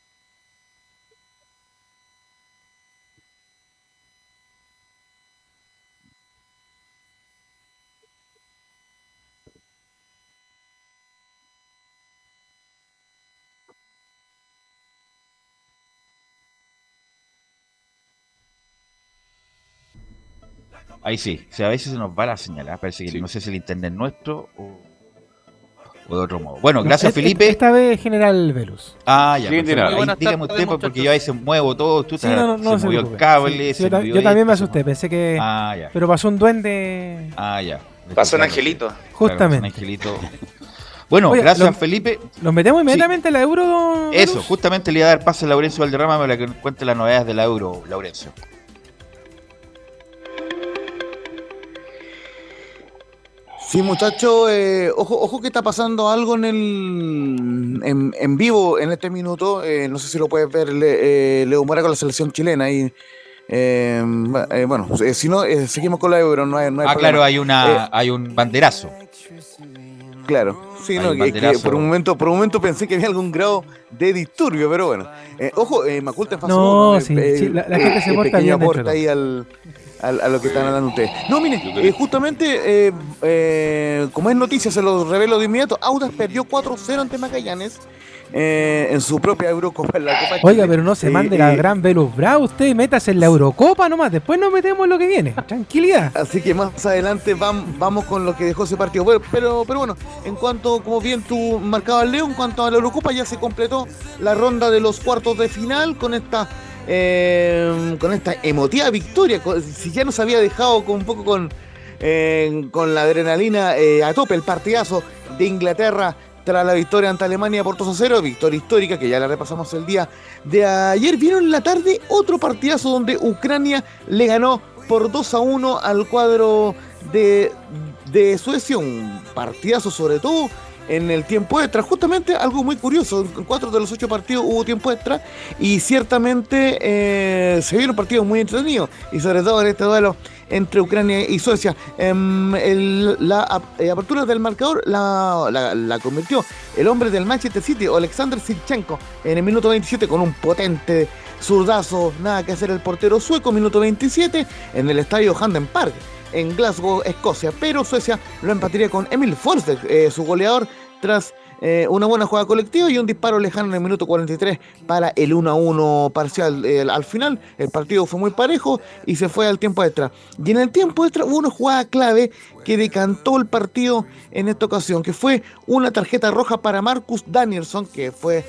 Ahí sí, o sea, a veces se nos va la señal, parece que no sé si el internet nuestro o de otro modo. Bueno, gracias Felipe. Esta vez General Velus. Ya. General. Ahí dígame usted, porque yo a veces muevo todo, Sí, no se movió el cable. Sí, yo también me asusté, pensé que... ya. Pero pasó un duende... Ya. Pasó un angelito. Justamente. Un angelito. Bueno, oye, gracias Felipe. ¿Nos metemos inmediatamente en la Euro? Eso, justamente le iba a dar paso a Laurencio Valderrama para que nos cuente las novedades de la Euro, Laurencio. Sí, muchachos, ojo que está pasando algo en vivo en este minuto. No sé si lo puedes ver, Leo Mora con la selección chilena. Y, bueno, si no, seguimos con la Euro. No hay problema. Claro, hay un banderazo. Claro, sí, no, que por un momento pensé que había algún grado de disturbio, pero bueno. Ojo, Maculta en fase 1. No, sí, la gente se porta bien. Aporta ahí a lo que están hablando ustedes. No, mire, justamente, como es noticia, se lo revelo de inmediato, Audax perdió 4-0 ante Magallanes en su propia Eurocopa, en la Copa Chile. Oiga, pero no se mande la gran Velus Bravo, usted métase en la Eurocopa nomás, después nos metemos en lo que viene, tranquilidad. Así que más adelante vamos con lo que dejó ese partido. Pero bueno, en cuanto, como bien tú marcabas, Leo, en cuanto a la Eurocopa ya se completó la ronda de los cuartos de final con esta emotiva victoria. Si ya nos había dejado un poco con la adrenalina a tope el partidazo de Inglaterra tras la victoria ante Alemania por 2-0, victoria histórica que ya la repasamos el día de ayer. Vieron en la tarde otro partidazo donde Ucrania le ganó por 2-1 al cuadro de Suecia, un partidazo sobre todo en el tiempo extra. Justamente algo muy curioso, en 4 de los 8 partidos hubo tiempo extra y ciertamente se vieron partidos muy entretenidos y sobre todo en este duelo entre Ucrania y Suecia. La apertura del marcador la convirtió el hombre del Manchester City, Alexander Zinchenko, en el minuto 27 con un potente zurdazo, nada que hacer el portero sueco. Minuto 27 en el estadio Hampden Park en Glasgow, Escocia, pero Suecia lo empataría con Emil Forsberg, su goleador, tras una buena jugada colectiva y un disparo lejano en el minuto 43 para el 1-1 parcial. Al final el partido fue muy parejo y se fue al tiempo extra. Y en el tiempo extra hubo una jugada clave que decantó el partido en esta ocasión, que fue una tarjeta roja para Marcus Danielsson, que fue,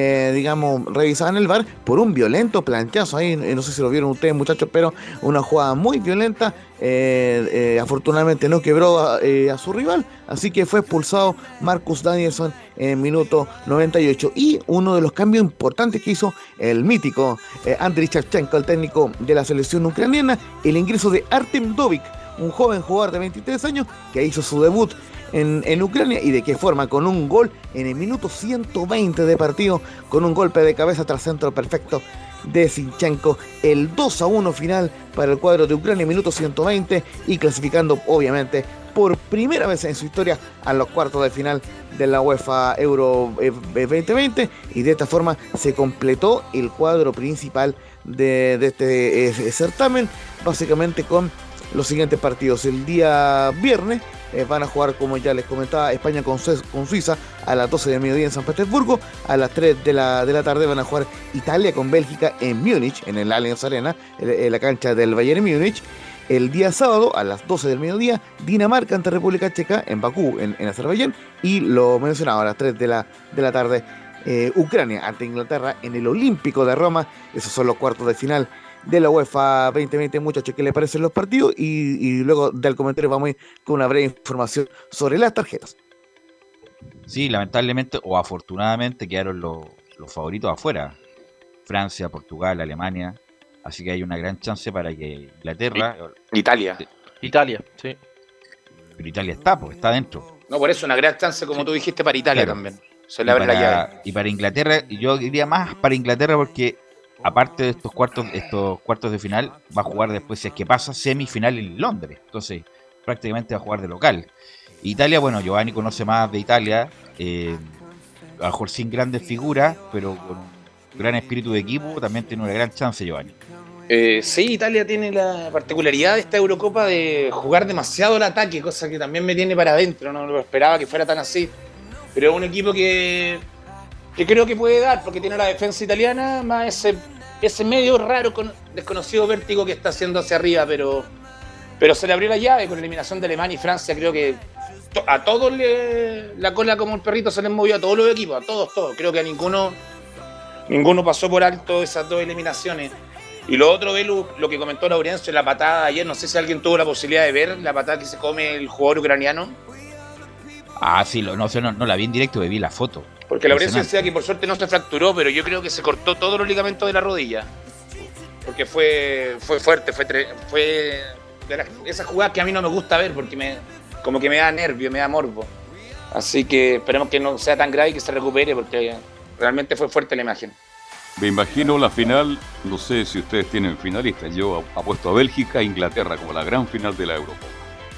revisada en el VAR por un violento planchazo ahí. No sé si lo vieron ustedes, muchachos, pero una jugada muy violenta. Afortunadamente no quebró a su rival, así que fue expulsado Marcus Danielsson en minuto 98. Y uno de los cambios importantes que hizo el mítico Andriy Shevchenko, el técnico de la selección ucraniana, el ingreso de Artem Dovik, un joven jugador de 23 años que hizo su debut en Ucrania. ¿Y de qué forma? Con un gol en el minuto 120 de partido, con un golpe de cabeza tras centro perfecto de Zinchenko, el 2-1 final para el cuadro de Ucrania, minuto 120, y clasificando obviamente por primera vez en su historia a los cuartos de final de la UEFA Euro 2020, y de esta forma se completó el cuadro principal de este certamen, básicamente con los siguientes partidos. El día viernes van a jugar, como ya les comentaba, España con Suiza a las 12 del mediodía en San Petersburgo. A las 3 de la tarde van a jugar Italia con Bélgica en Múnich, en el Allianz Arena, en la cancha del Bayern Múnich. El día sábado a las 12 del mediodía, Dinamarca ante República Checa en Bakú, en Azerbaiyán. Y lo mencionaba, a las 3 de la tarde, Ucrania ante Inglaterra en el Olímpico de Roma. Esos son los cuartos de final de la UEFA 2020, muchachos. ¿Qué les parecen los partidos? Y luego del comentario vamos a ir con una breve información sobre las tarjetas. Sí, lamentablemente o afortunadamente quedaron los favoritos afuera. Francia, Portugal, Alemania. Así que hay una gran chance para que Inglaterra... Italia, sí. Pero Italia está dentro. No, por eso una gran chance, como tú dijiste, para Italia, claro. También. Se le abre la llave. Y para Inglaterra, yo diría más para Inglaterra porque aparte de estos cuartos de final, va a jugar después, si es que pasa, semifinal en Londres. Entonces, prácticamente va a jugar de local. Italia, bueno, Giovanni conoce más de Italia, a lo mejor sin grandes figuras, pero con un gran espíritu de equipo, también tiene una gran chance, Giovanni. Sí, Italia tiene la particularidad de esta Eurocopa de jugar demasiado el ataque, cosa que también me tiene para adentro, no lo esperaba que fuera tan así. Pero es un equipo que creo que puede dar, porque tiene la defensa italiana, más ese medio raro, desconocido vértigo que está haciendo hacia arriba, pero Pero se le abrió la llave con la eliminación de Alemania y Francia. Creo que a todos la cola como el perrito se les movió, a todos los equipos, a todos. Creo que a ninguno pasó por alto esas dos eliminaciones. Y lo otro, Belu, lo que comentó Laurencio, la patada ayer, no sé si alguien tuvo la posibilidad de ver la patada que se come el jugador ucraniano. Sí, no la vi en directo, vi la foto. Porque Laurencio decía que por suerte no se fracturó, pero yo creo que se cortó todos los ligamentos de la rodilla. Porque fue fuerte, fue de esas jugadas que a mí no me gusta ver, porque como que me da nervio, me da morbo. Así que esperemos que no sea tan grave y que se recupere, porque realmente fue fuerte la imagen. Me imagino la final, no sé si ustedes tienen finalistas, yo apuesto a Bélgica e Inglaterra como la gran final de la Eurocopa.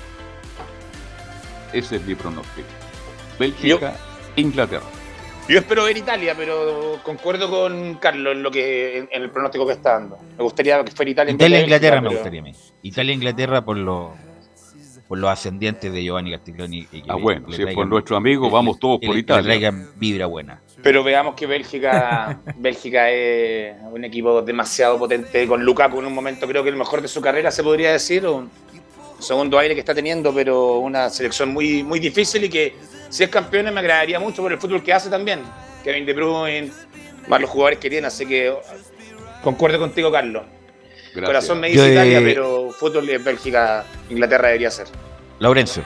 Ese es mi pronóstico. Bélgica, Inglaterra. Yo espero ver Italia, pero concuerdo con Carlos en el pronóstico que está dando. Me gustaría que fuera Italia. Italia-Inglaterra me gustaría a mí. Italia-Inglaterra por los ascendientes de Giovanni Castiglioni. Bueno, si es por nuestro amigo, vamos todos por Italia. Que le traigan vibra buena. Pero veamos que Bélgica es un equipo demasiado potente, con Lukaku en un momento creo que el mejor de su carrera, se podría decir, un segundo aire que está teniendo, pero una selección muy, muy difícil y que si es campeón me agradaría mucho por el fútbol que hace también. Kevin De Bruyne, más los jugadores que tiene, así que concuerdo contigo, Carlos. Gracias. Corazón me dice Italia, pero fútbol de Bélgica, Inglaterra debería ser. Laurencio.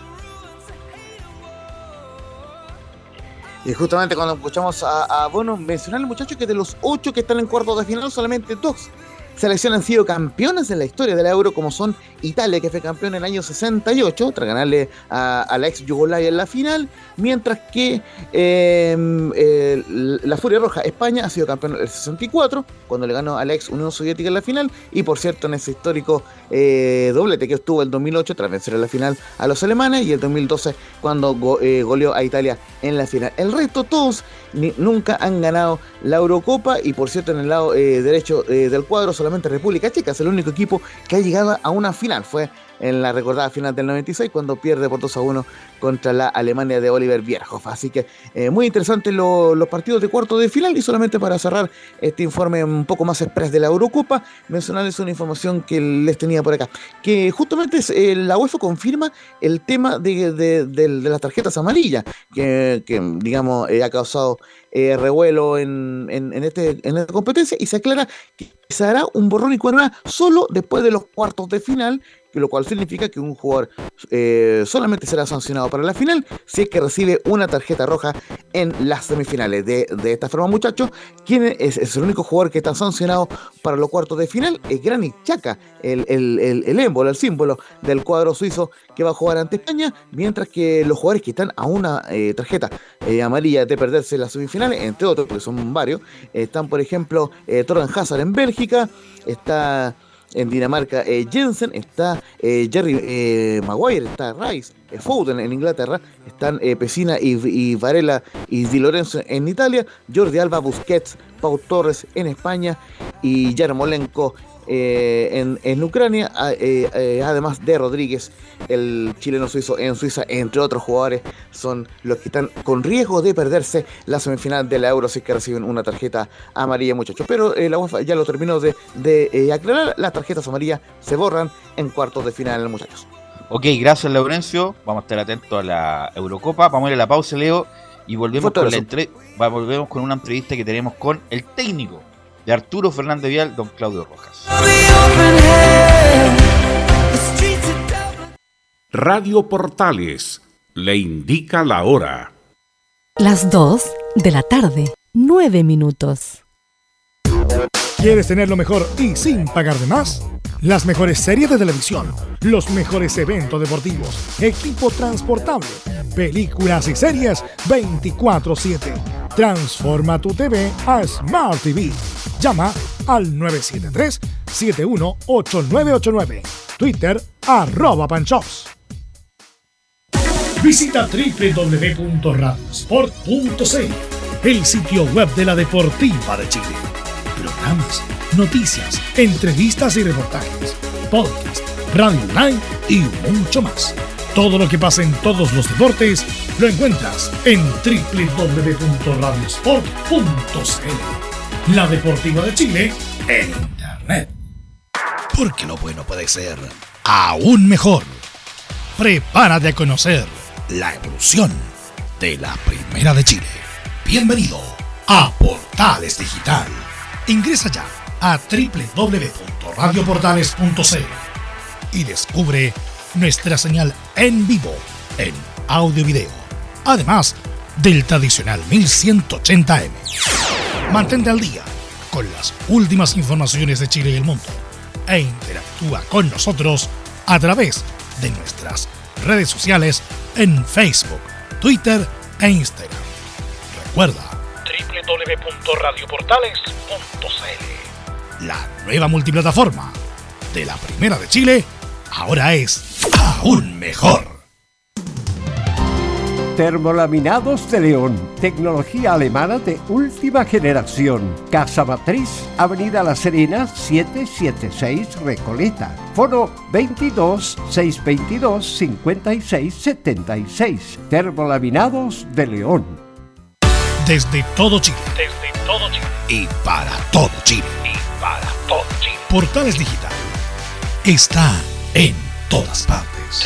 Y justamente cuando escuchamos a Bono mencionar al muchacho que de los 8 que están en cuartos de final, solamente 2 selecciones han sido campeones en la historia del Euro, como son Italia, que fue campeón en el año 68, tras ganarle a la ex Yugoslavia en la final, mientras que la Furia Roja, España, ha sido campeón en el 64, cuando le ganó a la ex Unión Soviética en la final, y por cierto en ese histórico doblete que estuvo el 2008 tras vencer en la final a los alemanes, y el 2012 cuando goleó a Italia en la final. El resto todos nunca han ganado la Eurocopa, y por cierto en el lado derecho del cuadro solamente República Checa es el único equipo que ha llegado a una final. Fue en la recordada final del 96 cuando pierde por 2-1 contra la Alemania de Oliver Bierhoff. Así que muy interesantes los partidos de cuarto de final. Y solamente para cerrar este informe un poco más express de la Eurocopa, mencionarles una información que les tenía por acá, que justamente la UEFA confirma el tema de las tarjetas amarillas que digamos ha causado revuelo en esta competencia, y se aclara que se hará un borrón y cuenta nueva solo después de los cuartos de final, lo cual significa que un jugador solamente será sancionado para la final si es que recibe una tarjeta roja en las semifinales. De esta forma, muchachos, ¿quién es el único jugador que está sancionado para los cuartos de final? Es Granit Xhaka, el émbolo, el símbolo del cuadro suizo que va a jugar ante España, mientras que los jugadores que están a una tarjeta amarilla de perderse las semifinales, entre otros, porque son varios, están por ejemplo Torgan Hazard en Bélgica, está en Dinamarca Jensen, está Jerry Maguire, está Rice, Foden en Inglaterra, están Pessina y Varela y Di Lorenzo en Italia, Jordi Alba, Busquets, Pau Torres en España y Yarmolenko en Ucrania, además de Rodríguez, el chileno suizo en Suiza, entre otros jugadores, son los que están con riesgo de perderse la semifinal de la Euro si es que reciben una tarjeta amarilla, muchachos. Pero la UEFA ya lo terminó de aclarar, las tarjetas amarillas se borran en cuartos de final, muchachos. Ok, gracias Laurencio, vamos a estar atentos a la Eurocopa, vamos a ir a la pausa, Leo, y volvemos con una entrevista que tenemos con el técnico de Arturo Fernández Vial, don Claudio Rojas. Radio Portales le indica la hora. Las 2 de la tarde, 9 minutos. ¿Quieres tener lo mejor y sin pagar de más? Las mejores series de televisión, los mejores eventos deportivos, equipo transportable, películas y series 24/7. Transforma tu TV a Smart TV. Llama al 973-718989. Twitter @Panchops. Visita www.radiosport.cl, el sitio web de la Deportiva de Chile. Programas, noticias, entrevistas y reportajes, podcast, radio online y mucho más. Todo lo que pasa en todos los deportes lo encuentras en www.radiosport.cl. La Deportiva de Chile en Internet. Porque lo bueno puede ser aún mejor. Prepárate a conocer la evolución de la Primera de Chile. Bienvenido a Portales Digital. Ingresa ya a www.radioportales.cl y descubre nuestra señal en vivo en audio y video, además del tradicional 1180M. Mantente al día con las últimas informaciones de Chile y el mundo e interactúa con nosotros a través de nuestras redes sociales en Facebook, Twitter e Instagram. Recuerda www.radioportales.cl. La nueva multiplataforma de la Primera de Chile ahora es aún mejor. Termolaminados de León, tecnología alemana de última generación. Casa Matriz, Avenida La Serena, 776 Recoleta. Foro 22 622 5676. Termolaminados de León. Desde todo Chile. Y para todo Chile. Portales Digital está en todas partes.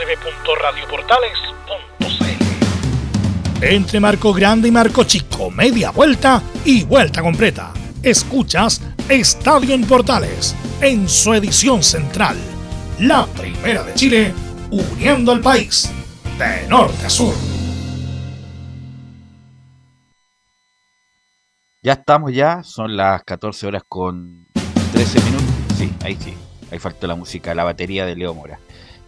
www.radioportales.cl. Entre marco grande y marco chico, media vuelta y vuelta completa. Escuchas Estadio en Portales, en su edición central. La Primera de Chile, uniendo al país, de norte a sur. Ya estamos, son las 14 horas con 13 minutos. Sí, ahí faltó la música, la batería de Leo Mora.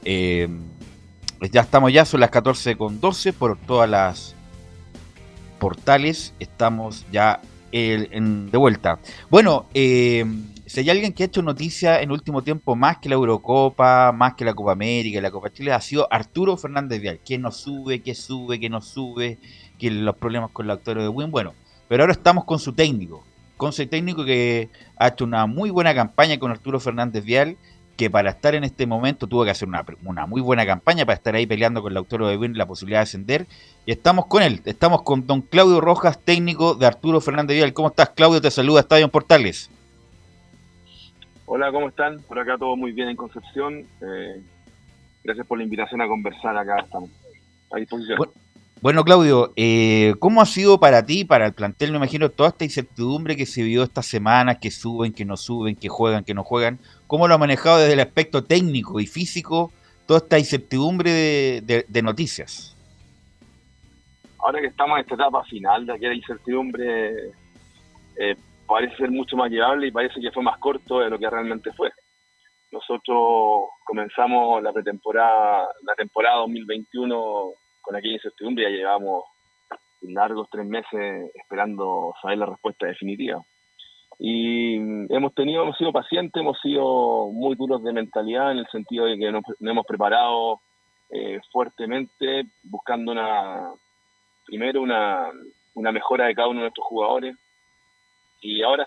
Ya estamos, son las 14 con 12 por todas las portales. Estamos ya de vuelta. Bueno, si hay alguien que ha hecho noticia en último tiempo más que la Eurocopa, más que la Copa América y la Copa Chile, ha sido Arturo Fernández Vial. Que no sube, que los problemas con la autora de Win. Bueno, pero ahora estamos con su técnico que ha hecho una muy buena campaña con Arturo Fernández Vial, que para estar en este momento tuvo que hacer una muy buena campaña para estar ahí peleando con el autor de Win la posibilidad de ascender. Y estamos con él, estamos con don Claudio Rojas, técnico de Arturo Fernández Vial. ¿Cómo estás, Claudio? Te saluda Estadio en Portales. Hola, ¿cómo están? Por acá todo muy bien en Concepción. Gracias por la invitación a conversar acá. Estamos a disposición. Bueno, Claudio, ¿cómo ha sido para ti, para el plantel, me imagino, toda esta incertidumbre que se vivió estas semanas, que suben, que no suben, que juegan, que no juegan? ¿Cómo lo ha manejado desde el aspecto técnico y físico toda esta incertidumbre de noticias? Ahora que estamos en esta etapa final de aquella incertidumbre, parece ser mucho más llevable y parece que fue más corto de lo que realmente fue. Nosotros comenzamos la temporada 2021 con aquella incertidumbre, ya llevamos largos 3 meses esperando saber la respuesta definitiva. Y hemos sido pacientes, hemos sido muy duros de mentalidad en el sentido de que nos hemos preparado fuertemente, buscando primero una mejora de cada uno de nuestros jugadores. Y ahora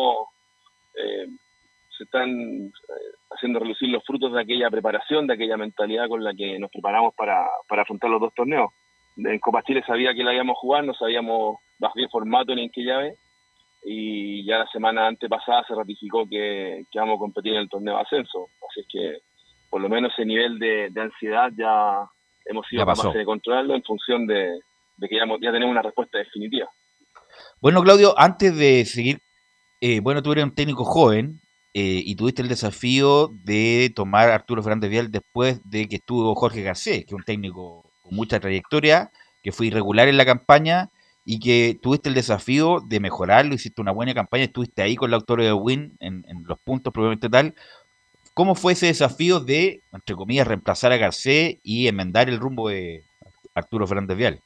se están haciendo relucir los frutos de aquella preparación, de aquella mentalidad con la que nos preparamos para afrontar los 2 torneos. En Copa Chile sabía que la íbamos a jugar, no sabíamos bajo qué formato ni en qué llave, y ya la semana antepasada se ratificó que vamos a competir en el torneo de ascenso. Así es que por lo menos ese nivel de ansiedad ya hemos sido capaces de controlarlo en función de que ya tenemos una respuesta definitiva. Bueno, Claudio, antes de seguir, tú eres un técnico joven, y tuviste el desafío de tomar a Arturo Fernández Vial después de que estuvo Jorge Garcés, que es un técnico con mucha trayectoria, que fue irregular en la campaña y que tuviste el desafío de mejorarlo, hiciste una buena campaña, estuviste ahí con la autora de Win en los puntos probablemente tal. ¿Cómo fue ese desafío de, entre comillas, reemplazar a Garcés y enmendar el rumbo de Arturo Fernández Vial?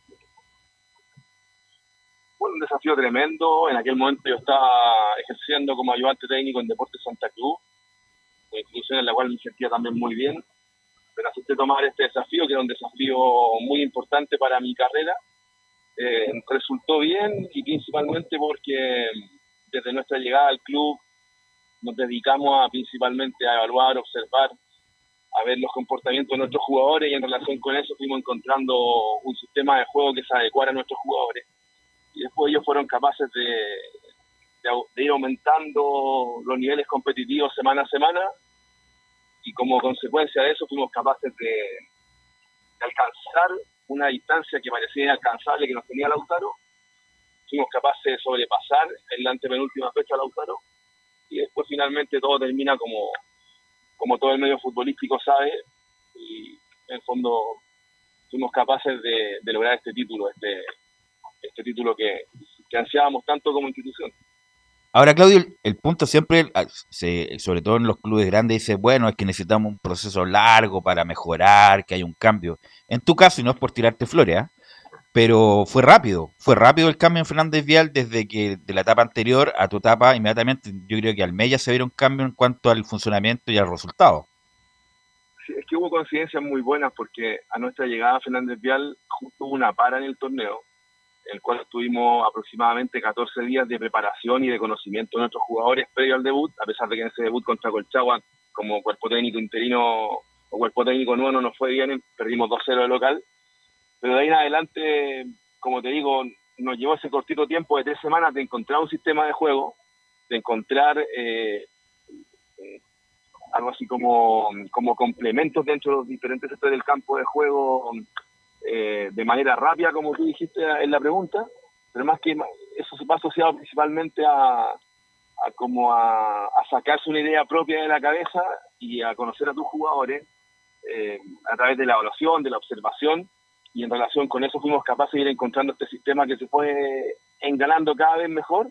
Un desafío tremendo. En aquel momento yo estaba ejerciendo como ayudante técnico en Deportes Santa Cruz, una institución en la cual me sentía también muy bien, pero acepté tomar este desafío, que era un desafío muy importante para mi carrera. Resultó bien, y principalmente porque desde nuestra llegada al club nos dedicamos principalmente a evaluar, observar, a ver los comportamientos de nuestros jugadores, y en relación con eso fuimos encontrando un sistema de juego que se adecuara a nuestros jugadores. Y después ellos fueron capaces de ir aumentando los niveles competitivos semana a semana, y como consecuencia de eso fuimos capaces de alcanzar una distancia que parecía inalcanzable que nos tenía Lautaro. Fuimos capaces de sobrepasar en la antepenúltima fecha a Lautaro, y después finalmente todo termina como todo el medio futbolístico sabe, y en el fondo fuimos capaces de lograr este título que ansiábamos tanto como institución. Ahora, Claudio, el punto siempre, sobre todo en los clubes grandes, dice, bueno, es que necesitamos un proceso largo para mejorar, que haya un cambio. En tu caso, y no es por tirarte flores, ¿eh? Pero fue rápido el cambio en Fernández Vial desde que de la etapa anterior a tu etapa inmediatamente. Yo creo que al mes ya se vieron cambios en cuanto al funcionamiento y al resultado. Sí, es que hubo coincidencias muy buenas porque a nuestra llegada a Fernández Vial justo hubo una para en el torneo, en el cual tuvimos aproximadamente 14 días de preparación y de conocimiento de nuestros jugadores previo al debut, a pesar de que en ese debut contra Colchagua, como cuerpo técnico interino o cuerpo técnico nuevo no nos fue bien, perdimos 2-0 de local, pero de ahí en adelante, como te digo, nos llevó ese cortito tiempo de 3 semanas de encontrar un sistema de juego, de encontrar algo así como complementos dentro de los diferentes sectores del campo de juego, de manera rápida, como tú dijiste en la pregunta, pero más que eso se va asociado principalmente a sacarse una idea propia de la cabeza y a conocer a tus jugadores a través de la evaluación, de la observación, y en relación con eso fuimos capaces de ir encontrando este sistema que se fue enganando cada vez mejor,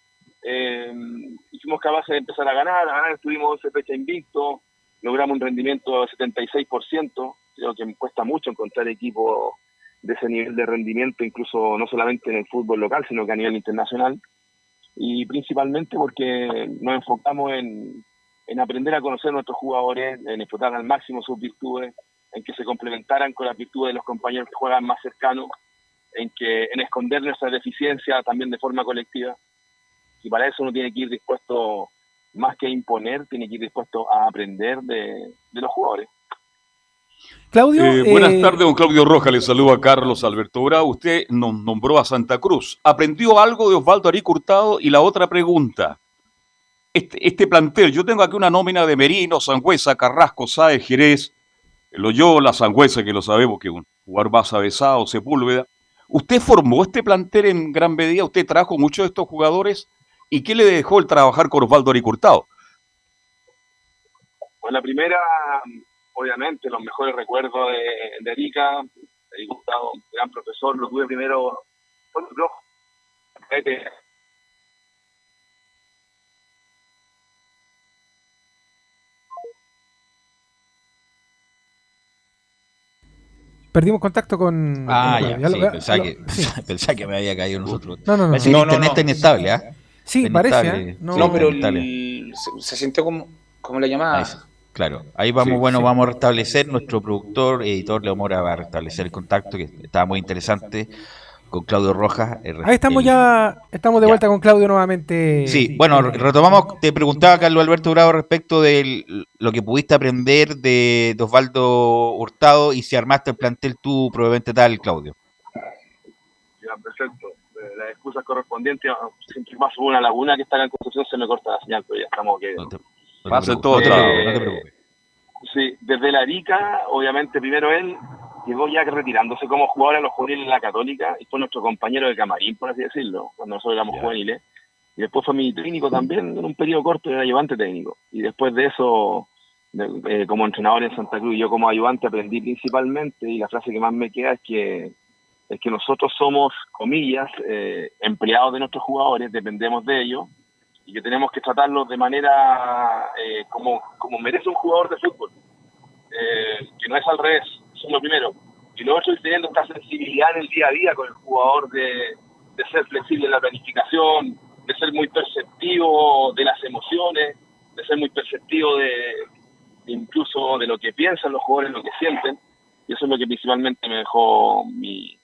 y fuimos capaces de empezar a ganar, estuvimos 11 fechas invictos, logramos un rendimiento del 76%, creo que me cuesta mucho encontrar equipos de ese nivel de rendimiento, incluso no solamente en el fútbol local, sino que a nivel internacional, y principalmente porque nos enfocamos en aprender a conocer a nuestros jugadores, en explotar al máximo sus virtudes, en que se complementaran con las virtudes de los compañeros que juegan más cercanos, en esconder nuestras deficiencias también de forma colectiva, y para eso uno tiene que ir dispuesto, más que a imponer, tiene que ir dispuesto a aprender de los jugadores. Claudio, buenas tardes, don Claudio Rojas, le saludo a Carlos Alberto Bravo. Usted nos nombró a Santa Cruz. ¿Aprendió algo de Osvaldo Aric Hurtado? Y la otra pregunta, este plantel, yo tengo aquí una nómina de Merino, Sangüesa, Carrasco, Sáez, Jerez, Loyola, Sangüesa, que lo sabemos que es un jugador más avesado, Sepúlveda. ¿Usted formó este plantel en gran medida? ¿Usted trajo muchos de estos jugadores? ¿Y qué le dejó el trabajar con Osvaldo Aric Hurtado? Pues la primera, obviamente, los mejores recuerdos de Arica, Aric Hurtado, gran profesor, lo tuve primero con el blog. Perdimos contacto con... Pensaba que me había caído nosotros. No. El internet está inestable, ¿ah? Sí, parece. No, pero se sintió como la llamada. Ahí, claro, ahí vamos, vamos a restablecer. Nuestro productor, editor Leo Mora va a restablecer el contacto, que estaba muy interesante, con Claudio Rojas. Ahí estamos estamos de vuelta con Claudio nuevamente. Sí, bueno, retomamos. Te preguntaba, Carlos Alberto Bravo, respecto de lo que pudiste aprender de Osvaldo Hurtado y si armaste el plantel tú probablemente tal, Claudio. Ya, perfecto. Las excusas correspondientes, siempre paso una laguna que está en Concepción, se me corta la señal, pero ya estamos que... No te preocupes. Sí, desde la Arica, obviamente primero él llegó ya retirándose como jugador en los juveniles en la Católica y fue nuestro compañero de camarín, por así decirlo, cuando nosotros éramos juveniles. Y después fue mi técnico también, en un periodo corto era ayudante técnico. Y después de eso, como entrenador en Santa Cruz y yo como ayudante aprendí principalmente, y la frase que más me queda es que nosotros somos, comillas, empleados de nuestros jugadores, dependemos de ellos, y que tenemos que tratarlos de manera como merece un jugador de fútbol, que no es al revés, eso es lo primero. Y luego estoy teniendo esta sensibilidad en el día a día con el jugador de ser flexible en la planificación, de ser muy perceptivo de las emociones, de ser muy perceptivo de incluso de lo que piensan los jugadores, lo que sienten, y eso es lo que principalmente me dejó mi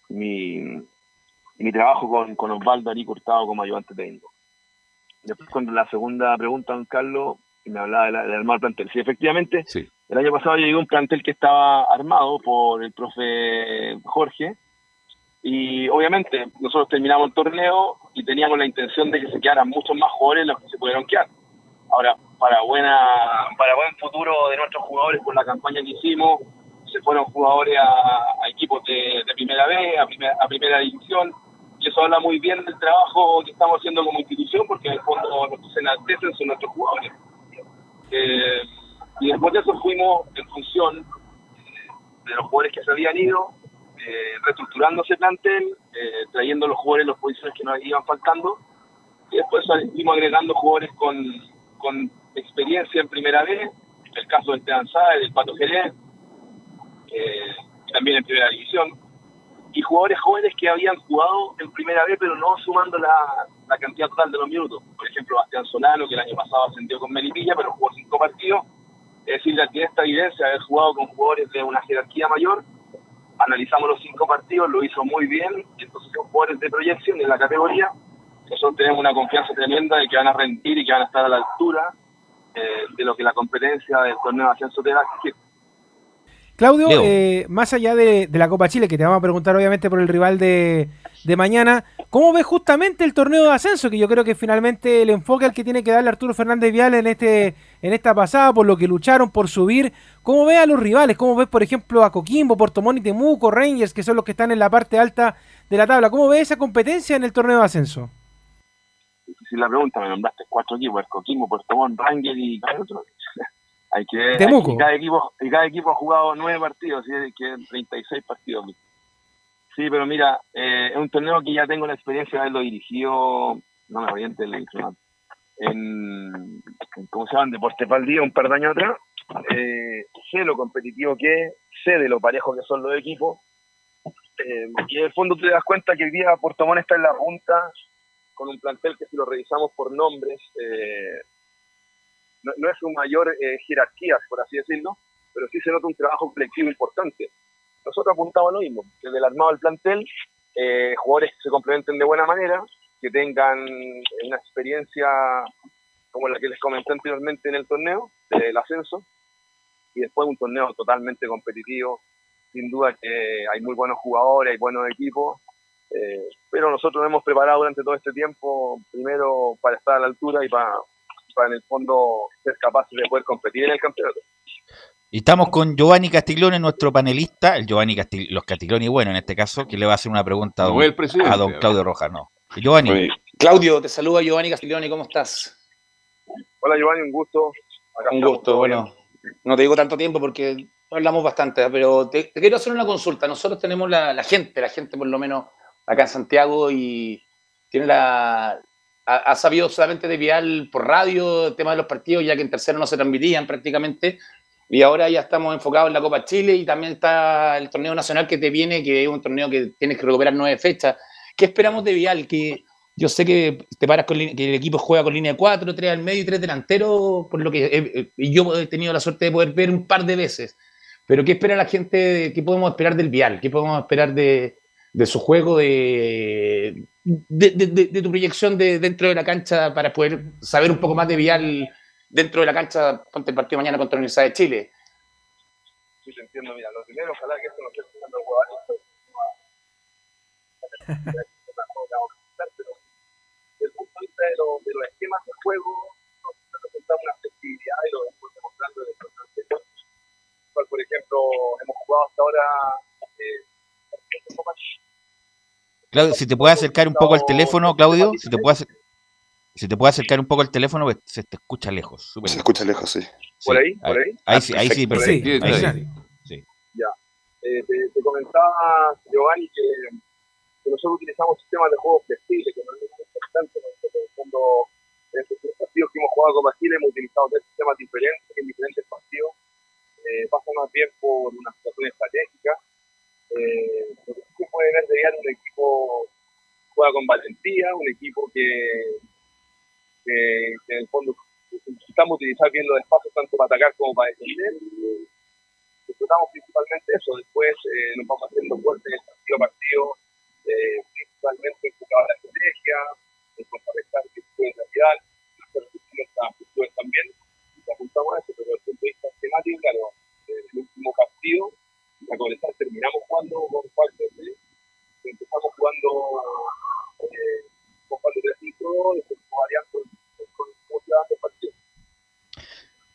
trabajo con Osvaldo Aric Hurtado como ayudante técnico. Después, con la segunda pregunta, don Carlos, me hablaba del armar plantel. Sí, efectivamente, el año pasado llegó un plantel que estaba armado por el profe Jorge, y obviamente nosotros terminamos el torneo y teníamos la intención de que se quedaran muchos más jugadores de los que se pudieron quedar. Ahora, para buen futuro de nuestros jugadores, por la campaña que hicimos, se fueron jugadores a equipos de primera B, a primera división, y eso habla muy bien del trabajo que estamos haciendo como institución, porque en el fondo los que se enaltecen son nuestros jugadores. Y después de eso fuimos en función de los jugadores que se habían ido, reestructurando ese plantel, trayendo los jugadores en las posiciones que nos iban faltando, y después fuimos agregando jugadores con experiencia en primera B, el caso de Esteban Sáez, del Pato Jerez, también en primera división, y jugadores jóvenes que habían jugado en primera B pero no sumando la cantidad total de los minutos. Por ejemplo, Bastián Solano, que el año pasado ascendió con Melipilla pero jugó 5 partidos. Es decir, ya tiene esta evidencia de haber jugado con jugadores de una jerarquía mayor. Analizamos los 5 partidos, lo hizo muy bien, y entonces son jugadores de proyección en la categoría. Nosotros tenemos una confianza tremenda de que van a rendir y que van a estar a la altura de lo que la competencia del torneo de ascenso te da. Claudio, más allá de la Copa Chile, que te vamos a preguntar obviamente por el rival de mañana, ¿cómo ves justamente el torneo de ascenso? Que yo creo que finalmente el enfoque al que tiene que darle Arturo Fernández Vial en esta pasada, por lo que lucharon por subir. ¿Cómo ves a los rivales? ¿Cómo ves, por ejemplo, a Coquimbo, Puerto Montt y Temuco, Rangers, que son los que están en la parte alta de la tabla? ¿Cómo ves esa competencia en el torneo de ascenso? Si la pregunta, me nombraste 4 equipos: el Coquimbo, Puerto Montt, Rangers y cada otro. Hay que cada equipo ha jugado 9 partidos, así que 36 partidos. Sí, pero mira, es un torneo que ya tengo la experiencia de haberlo dirigido, no me oriente en la información, en ¿cómo se llama? En Deportes Valdivia, un par de años atrás. Sé lo competitivo que es, sé de lo parejo que son los equipos, y en el fondo te das cuenta que hoy día Puerto Montt está en la punta, con un plantel que si lo revisamos por nombres, no es su mayor jerarquía, por así decirlo, pero sí se nota un trabajo colectivo importante. Nosotros apuntamos a lo mismo, que del armado del plantel, jugadores que se complementen de buena manera, que tengan una experiencia como la que les comenté anteriormente en el torneo, del ascenso, y después un torneo totalmente competitivo. Sin duda que hay muy buenos jugadores, hay buenos equipos, pero nosotros nos hemos preparado durante todo este tiempo, primero para estar a la altura y para en el fondo ser capaces de poder competir en el campeonato. Y estamos con Giovanni Castiglione, nuestro panelista, los Castiglioni, bueno, en este caso, que le va a hacer una pregunta a don Claudio Rojas, ¿no? Giovanni. Oye, Claudio, te saluda Giovanni Castiglione, ¿cómo estás? Hola Giovanni, un gusto. Un gusto, bueno, no te digo tanto tiempo porque hablamos bastante, pero te quiero hacer una consulta. Nosotros tenemos la gente por lo menos acá en Santiago, y tiene ha sabido solamente de Vial por radio el tema de los partidos, ya que en tercero no se transmitían prácticamente, y ahora ya estamos enfocados en la Copa Chile, y también está el torneo nacional que te viene, que es un torneo que tienes que recuperar 9 fechas. ¿Qué esperamos de Vial? Que yo sé que te paras que el equipo juega con línea de 4, 3 al medio y 3 delanteros, por lo que yo he tenido la suerte de poder ver un par de veces. Pero ¿qué espera la gente? ¿Qué podemos esperar del Vial? ¿Qué podemos esperar de su juego, de tu proyección dentro de la cancha, para poder saber un poco más de Vial dentro de la cancha, ponte el partido mañana contra la Universidad de Chile? Sí, te entiendo. Mira, lo primero, ojalá que esto no esté jugando pero desde el punto de vista de los esquemas de juego, nos presentamos una flexibilidad y lo vamos demostrando desde el anterior. Por ejemplo, hemos jugado hasta ahora Claudio, si te puedes acercar un poco al teléfono, Claudio, si te puedes acercar un poco al teléfono, pues se te escucha lejos. Se escucha lejos, sí. ¿Por ahí? Ahí sí, perfecto. Sí. Ya. Te comentaba, Giovanni, que nosotros utilizamos sistemas de juego flexibles, que no es muy importante. Nosotros, en el fondo, en estos partidos que hemos jugado con Chile, hemos utilizado 3 sistemas diferentes en diferentes partidos. Pasa más bien por una situación estratégica. Lo que sí se puede ver de Vial, un equipo que juega con valentía, un equipo que en el fondo necesitamos utilizar bien los espacios tanto para atacar como para defender. Disfrutamos principalmente eso. Después nos vamos haciendo fuertes en el partido, principalmente enfocado a la estrategia, en contrarrestar virtudes de Vial, nuestras virtudes también, y apuntamos a eso. Pero desde el punto de vista esquemático, claro, el último partido, la Cobresal terminamos jugando con 4-3, empezamos jugando con 4-3-5, después variando con el partido.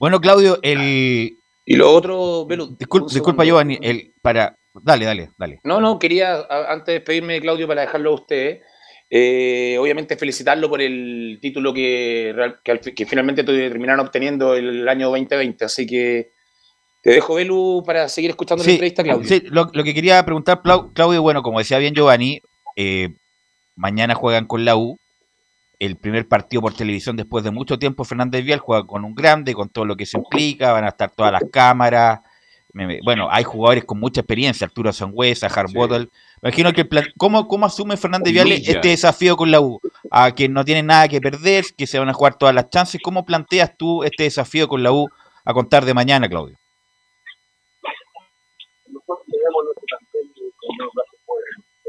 Bueno, Claudio, Y lo otro, Belu, disculpa, Giovanni, dale. No, quería, antes de despedirme de Claudio, para dejarlo a usted, obviamente felicitarlo por el título que finalmente terminaron obteniendo el año 2020, así que te dejo, Belu, para seguir escuchando la entrevista, Claudio. Sí, lo que quería preguntar, Claudio, bueno, como decía bien Giovanni, mañana juegan con la U, el primer partido por televisión después de mucho tiempo. Fernández Vial juega con un grande, con todo lo que se implica, van a estar todas las cámaras. Bueno, hay jugadores con mucha experiencia, Arturo Sangüesa, Harbottle. Me imagino que ¿cómo asume Fernández Vial este desafío con la U? A que no tienen nada que perder, que se van a jugar todas las chances. ¿Cómo planteas tú este desafío con la U a contar de mañana, Claudio? Nosotros tenemos nuestro plantel con los brazos por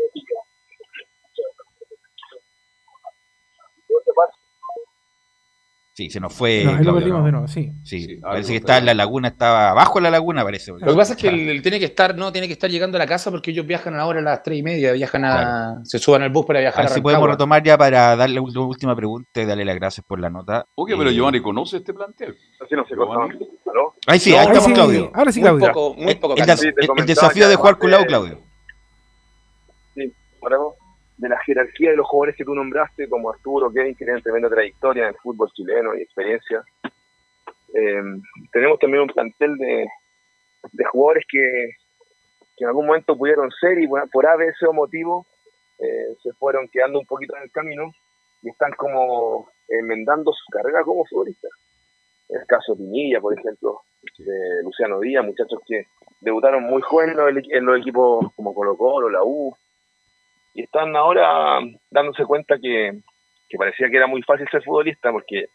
Sí, se nos fue. No, ahí lo perdimos de nuevo, sí. Sí, parece que está en la laguna, estaba abajo de la laguna, parece. Lo que pasa es que él tiene que estar llegando a la casa, porque ellos viajan ahora a las 3:30, se suban al bus para viajar a si podemos retomar ya para darle una última pregunta y darle las gracias por la nota. Oye, pero Giovanni, ¿conoce este plantel? Así no se conoce. ¿Aló? Ahí sí, ahí estamos, Claudio. Ahora sí, Claudio. Muy poco. El desafío de jugar con la U, Claudio. Sí, de la jerarquía de los jugadores que tú nombraste, como Arturo, Kevin, que tienen tremenda trayectoria en el fútbol chileno y experiencia. Tenemos también un plantel de jugadores que en algún momento pudieron ser y por A, B, C o motivo se fueron quedando un poquito en el camino y están como enmendando su carrera como futbolistas. El caso de Pinilla, por ejemplo, de Luciano Díaz, muchachos que debutaron muy jóvenes en los equipos como Colo-Colo, la U, y están ahora dándose cuenta que parecía que era muy fácil ser futbolista, porque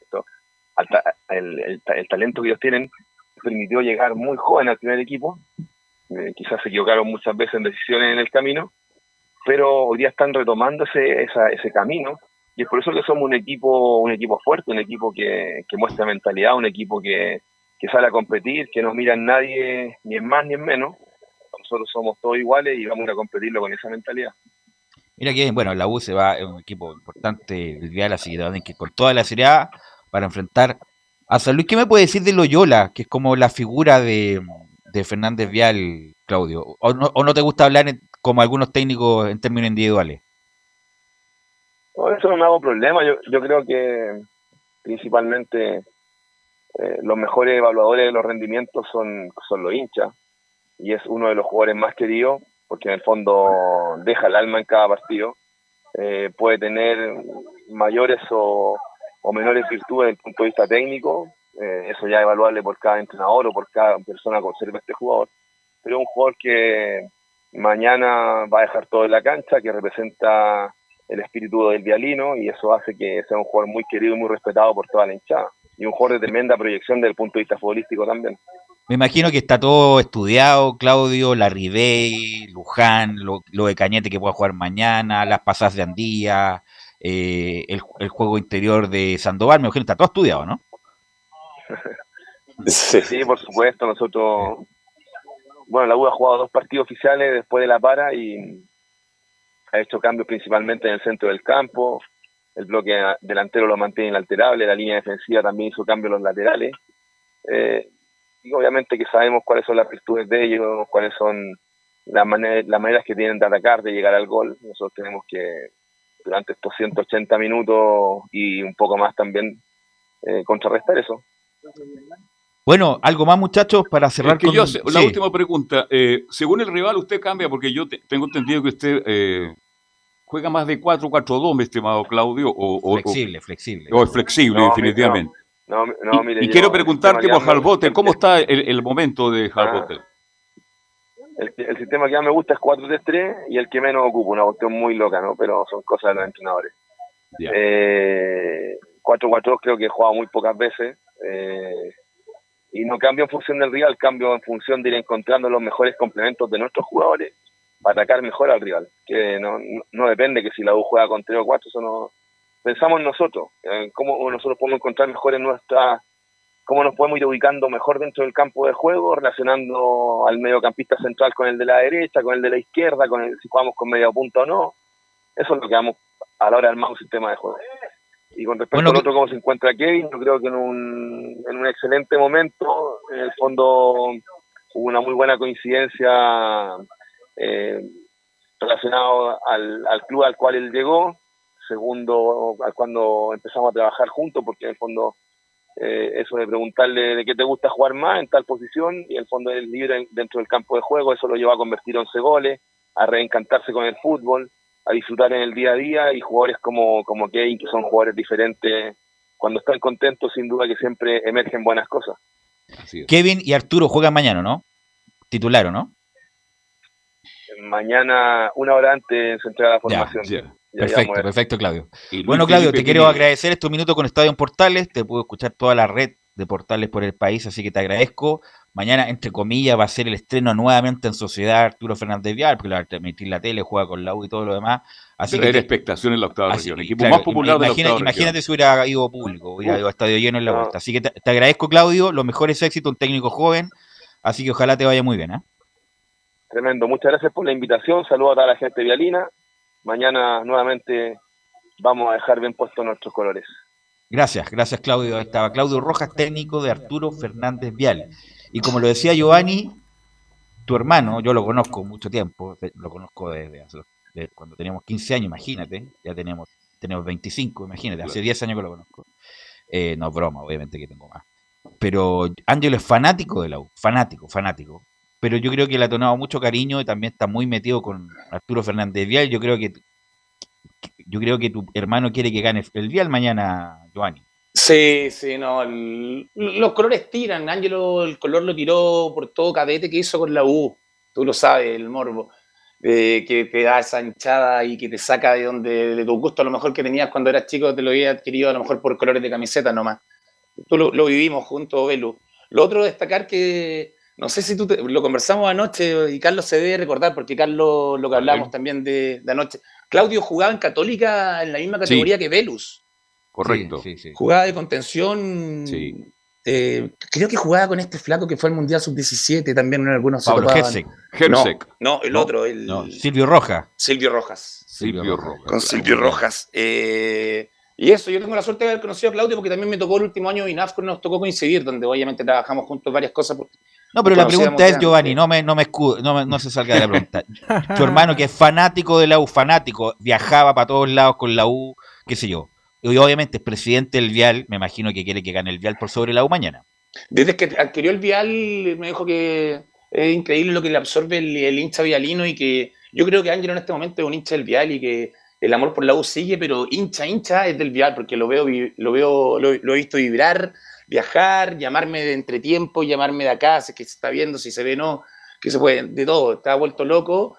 el talento que ellos tienen permitió llegar muy joven al primer equipo. Quizás se equivocaron muchas veces en decisiones en el camino, pero hoy día están retomando ese camino, y es por eso que somos un equipo fuerte, un equipo que muestra mentalidad, un equipo que sale a competir, que no mira a nadie ni en más ni en menos. Nosotros somos todos iguales y vamos a competirlo con esa mentalidad. Mira que, bueno, la U se va, es un equipo importante, el Vial, así que tienen que ir con toda la seriedad para enfrentar a San Luis. ¿Qué me puede decir de Loyola, que es como la figura de Fernández Vial, Claudio? ¿O no te gusta hablar como algunos técnicos en términos individuales? No, eso no me hago problema. Yo creo que principalmente los mejores evaluadores de los rendimientos son los hinchas, y es uno de los jugadores más queridos, porque en el fondo deja el alma en cada partido. Puede tener mayores o menores virtudes desde el punto de vista técnico, eso ya es evaluable por cada entrenador o por cada persona que observa este jugador, pero es un jugador que mañana va a dejar todo en la cancha, que representa el espíritu del vialino, y eso hace que sea un jugador muy querido y muy respetado por toda la hinchada, y un jugador de tremenda proyección desde el punto de vista futbolístico también. Me imagino que está todo estudiado, Claudio, la Ribey, Luján, lo de Cañete que pueda jugar mañana, las pasadas de Andía, el juego interior de Sandoval. Me imagino que está todo estudiado, ¿no? Sí, por supuesto. Nosotros, la U ha jugado 2 partidos oficiales después de la para y ha hecho cambios principalmente en el centro del campo. El bloque delantero lo mantiene inalterable, la línea defensiva también hizo cambios en los laterales. Y obviamente que sabemos cuáles son las virtudes de ellos, cuáles son las maneras que tienen de atacar, de llegar al gol. Nosotros tenemos que, durante estos 180 minutos y un poco más también, contrarrestar eso. Bueno, algo más, muchachos, para cerrar con... La última pregunta. Según el rival, usted cambia, porque yo tengo entendido que usted juega más de 4-4-2, mi estimado Claudio. Flexible. O es flexible, definitivamente. Mire, y quiero preguntarte por Harbottle, ¿cómo está el momento de Harbottle? El sistema que más me gusta es 4-3-3 y el que menos ocupa, una cuestión muy loca, ¿no? Pero son cosas de los entrenadores. 4-4-2 creo que he jugado muy pocas veces y no cambio en función del rival, cambio en función de ir encontrando los mejores complementos de nuestros jugadores para atacar mejor al rival, que no depende que si la U juega con 3 o 4, eso no... Pensamos nosotros, cómo nosotros podemos encontrar mejor cómo nos podemos ir ubicando mejor dentro del campo de juego, relacionando al mediocampista central con el de la derecha, con el de la izquierda, si jugamos con media punta o no. Eso es lo que vamos a la hora de armar un sistema de juego. Y con respecto al otro, cómo se encuentra Kevin, yo creo que en un excelente momento. En el fondo hubo una muy buena coincidencia relacionado al club al cual él llegó. Segundo, cuando empezamos a trabajar juntos, porque en el fondo eso de preguntarle de qué te gusta jugar más en tal posición, y en el fondo él libre dentro del campo de juego, eso lo llevó a convertir 11 goles, a reencantarse con el fútbol, a disfrutar en el día a día, y jugadores como Kevin, que son jugadores diferentes, cuando están contentos, sin duda que siempre emergen buenas cosas. Kevin y Arturo juegan mañana, ¿no? Titular, ¿o no? Mañana, una hora antes se entrega la formación. Perfecto, Claudio. Bueno, Claudio, te quiero agradecer estos minutos con Estadio en Portales. Te puedo escuchar toda la red de portales por el país, así que te agradezco. Mañana, entre comillas, va a ser el estreno nuevamente en Sociedad Arturo Fernández Vial, porque lo va a transmitir la tele, juega con la U y todo lo demás. Así que expectación en la octava región, equipo más popular de la octava región. Imagínate si hubiera ido público, hubiera ido a estadio lleno en la vuelta. Así que te agradezco, Claudio, los mejores éxitos, un técnico joven, así que ojalá te vaya muy bien, ¿eh? Tremendo, muchas gracias por la invitación, saludos a toda la gente vialina. Mañana nuevamente vamos a dejar bien puestos nuestros colores. Gracias Claudio. Estaba Claudio Rojas, técnico de Arturo Fernández Vial. Y como lo decía Giovanni, tu hermano, yo lo conozco mucho tiempo, lo conozco desde cuando teníamos 15 años, imagínate, ya tenemos 25, imagínate, hace 10 años que lo conozco. No, broma, obviamente que tengo más. Pero Ángelo es fanático de la U, fanático. Pero yo creo que le ha donado mucho cariño y también está muy metido con Arturo Fernández Vial. Yo creo que tu hermano quiere que gane el Vial mañana, Giovanni. Sí, no, los colores tiran. Ángelo el color lo tiró por todo cadete que hizo con la U. Tú lo sabes, el morbo. Que te da esa hinchada y que te saca de tu gusto, a lo mejor que tenías cuando eras chico, te lo había adquirido a lo mejor por colores de camiseta nomás. Tú lo vivimos juntos, Belu. Lo otro, destacar que, no sé si lo conversamos anoche y Carlos se debe recordar, porque Carlos, lo que hablábamos también de anoche, Claudio jugaba en Católica en la misma categoría que Velus. Correcto. Sí. Jugaba de contención. Sí. Creo que jugaba con este flaco que fue al Mundial Sub-17 también en algunos. Pablo Hersek. No, el otro. Silvio Rojas. Con Silvio Rojas. Y eso, yo tengo la suerte de haber conocido a Claudio porque también me tocó el último año de INAFCO, nos tocó coincidir, donde obviamente trabajamos juntos varias cosas. No, pero la pregunta es, Giovanni, no se salga de la pregunta. Tu hermano, que es fanático de la U, viajaba para todos lados con la U, qué sé yo. Y obviamente es presidente del Vial, me imagino que quiere que gane el Vial por sobre la U mañana. Desde que adquirió el Vial, me dijo que es increíble lo que le absorbe el hincha vialino, y que yo creo que Ángelo en este momento es un hincha del Vial y que el amor por la U sigue, pero hincha es del Vial, porque lo he visto vibrar, viajar, llamarme de entretiempo, llamarme de acá, si es que se está viendo, si se ve no, que se puede, de todo, está vuelto loco,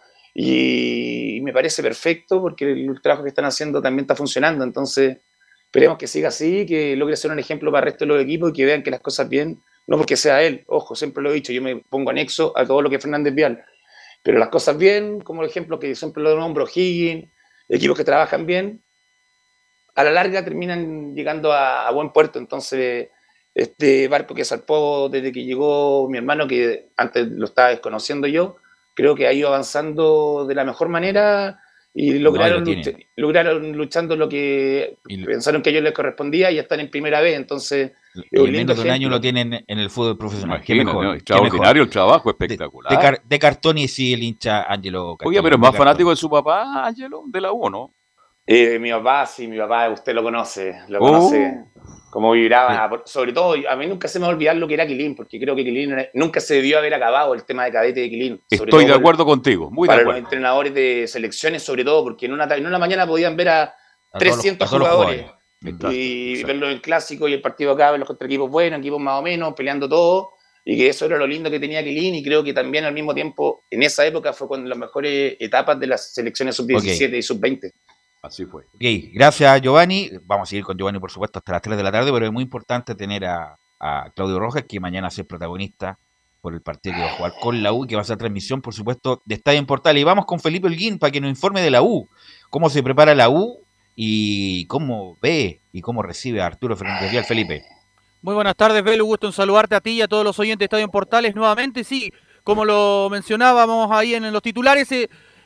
y me parece perfecto porque el trabajo que están haciendo también está funcionando. Entonces esperemos que siga así, que logre ser un ejemplo para el resto de los equipos y que vean que las cosas bien, no porque sea él, ojo, siempre lo he dicho, yo me pongo anexo a todo lo que es Fernández Vial, pero las cosas bien, como el ejemplo que siempre lo nombro, Higgins, equipos que trabajan bien, a la larga terminan llegando a buen puerto. Entonces este barco que zarpó desde que llegó mi hermano, que antes lo estaba desconociendo yo, creo que ha ido avanzando de la mejor manera y lograron luchando lo que pensaron que a ellos les correspondía y ya están en primera vez. Entonces, y en menos de un año lo tienen en el fútbol profesional. Qué mejor. ¿No? Extraordinario el trabajo, espectacular. De cartón y sí, el hincha Ángelo. Oye, pero es más fanático de su papá, Ángelo, de la U, ¿no? Mi papá, usted lo conoce, cómo vibraba, sobre todo, a mí nunca se me va a olvidar lo que era Quilín, porque creo que Quilín nunca se debió haber acabado el tema de cadete de Quilín. Estoy de acuerdo contigo, muy de acuerdo. Para los entrenadores de selecciones, sobre todo, porque en una mañana podían ver a 300 jugadores y verlos en clásico y el partido acá, verlos contra equipos buenos, equipos más o menos, peleando todo, y que eso era lo lindo que tenía Quilín, y creo que también al mismo tiempo, en esa época fue con las mejores etapas de las selecciones sub-17 y sub-20. Así fue. Ok, gracias Giovanni. Vamos a seguir con Giovanni, por supuesto, hasta las 3 de la tarde, pero es muy importante tener a Claudio Rojas, que mañana va a ser protagonista por el partido que va a jugar con la U, que va a ser transmisión, por supuesto, de Estadio en Portales. Y vamos con Felipe Holguín para que nos informe de la U, cómo se prepara la U y cómo ve y cómo recibe a Arturo Fernández Vial. Felipe. Muy buenas tardes, Belu, gusto en saludarte a ti y a todos los oyentes de Estadio en Portales nuevamente. Sí, como lo mencionábamos ahí en los titulares,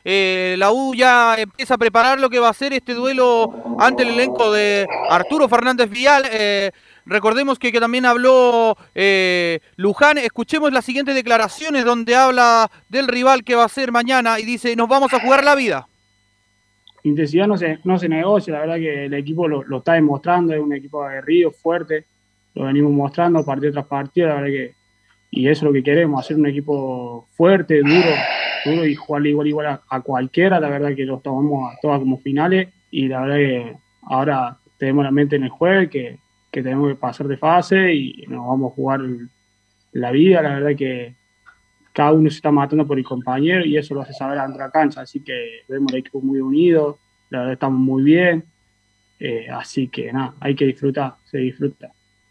la U ya empieza a preparar lo que va a ser este duelo ante el elenco de Arturo Fernández Vial. Recordemos que también habló Luján. Escuchemos las siguientes declaraciones donde habla del rival que va a ser mañana y dice: nos vamos a jugar la vida. Intensidad no se negocia, la verdad que el equipo lo está demostrando, es un equipo aguerrido, fuerte, lo venimos mostrando partido tras partido, la verdad que, y eso es lo que queremos, hacer un equipo fuerte, duro y jugarle igual a cualquiera, la verdad que los tomamos a todas como finales, y la verdad que ahora tenemos la mente en el jueves, que tenemos que pasar de fase y nos vamos a jugar la vida, la verdad que cada uno se está matando por el compañero y eso lo hace saber ante la cancha, así que vemos el equipo muy unido, la verdad estamos muy bien, así que nada, hay que disfrutar, se disfruta.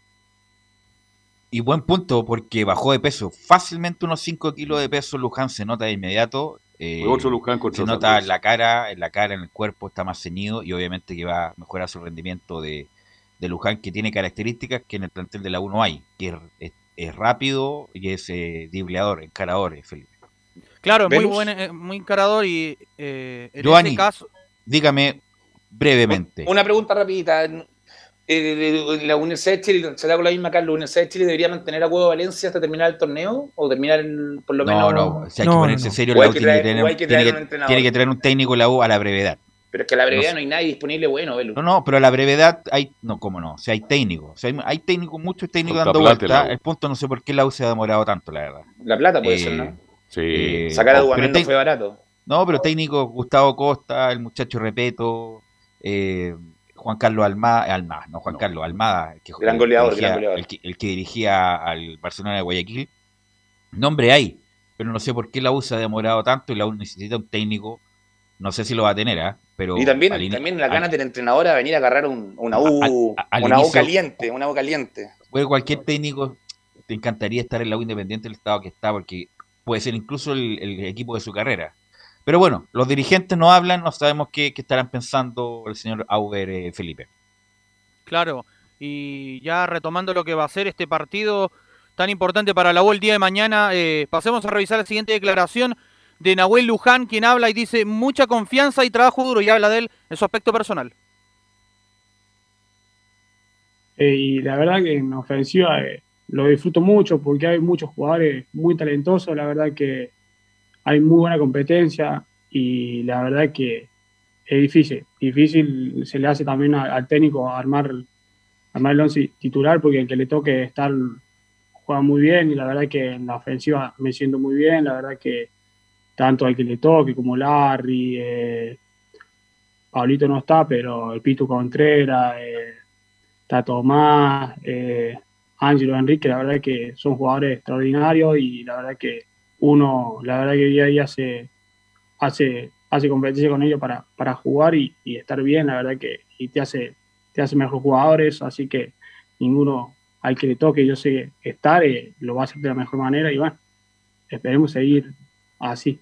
Y buen punto, porque bajó de peso, fácilmente unos 5 kilos de peso. Luján se nota de inmediato, otro Luján contra se nota en la cara, en el cuerpo está más ceñido y obviamente que va a mejorar su rendimiento de Luján, que tiene características que en el plantel de la U no hay, que es rápido y es dribleador, encarador, Felipe. Claro, muy encarador y Giovanni, ese caso... dígame brevemente. Una pregunta rapidita. ¿La Universidad de Chile, se da con la misma Carlos, la Universidad de Chile debería mantener a Hugo Valencia hasta terminar el torneo? ¿O terminar por lo menos...? No, si hay que ponerse serio, la U tiene que traer un técnico la U a la brevedad. Pero es que a la brevedad no hay nadie disponible bueno, Velu. No, pero a la brevedad hay... No, ¿cómo no? O sea, hay técnicos. O sea, hay técnicos, muchos técnicos dando vuelta. El punto, no sé por qué la U se ha demorado tanto, la verdad. La plata puede ser, ¿no? Sí. Sacar a Dudamel no fue barato. No, pero técnicos, Gustavo Costa, el muchacho Repeto, Juan Carlos Almada, gran goleador. El que dirigía al Barcelona de Guayaquil. Nombre hay, pero no sé por qué la U se ha demorado tanto y la U necesita un técnico. No sé si lo va a tener, pero y también las ganas del entrenador a venir a agarrar una U caliente. Pues cualquier técnico te encantaría estar en la U Independiente del estado que está, porque puede ser incluso el equipo de su carrera. Pero bueno, los dirigentes no hablan, no sabemos qué estarán pensando el señor Auber, Felipe. Claro, y ya retomando lo que va a ser este partido tan importante para la U el día de mañana, pasemos a revisar la siguiente declaración de Nahuel Luján, quien habla y dice: mucha confianza y trabajo duro, y habla de él en su aspecto personal. Y la verdad que en ofensiva lo disfruto mucho porque hay muchos jugadores muy talentosos, la verdad que hay muy buena competencia y la verdad que es difícil se le hace también al técnico armar el once titular, porque el que le toque estar juega muy bien y la verdad que en la ofensiva me siento muy bien, la verdad que tanto al que le toque como Larry, Pablito no está, pero el Pitu Contreras, está Tomás, Ángelo, Enrique, la verdad que son jugadores extraordinarios y la verdad que día a día hace competencia con ellos para jugar y estar bien, la verdad que y te hace mejor jugadores, así que ninguno al que le toque, yo sé estar, lo va a hacer de la mejor manera y bueno, esperemos seguir así.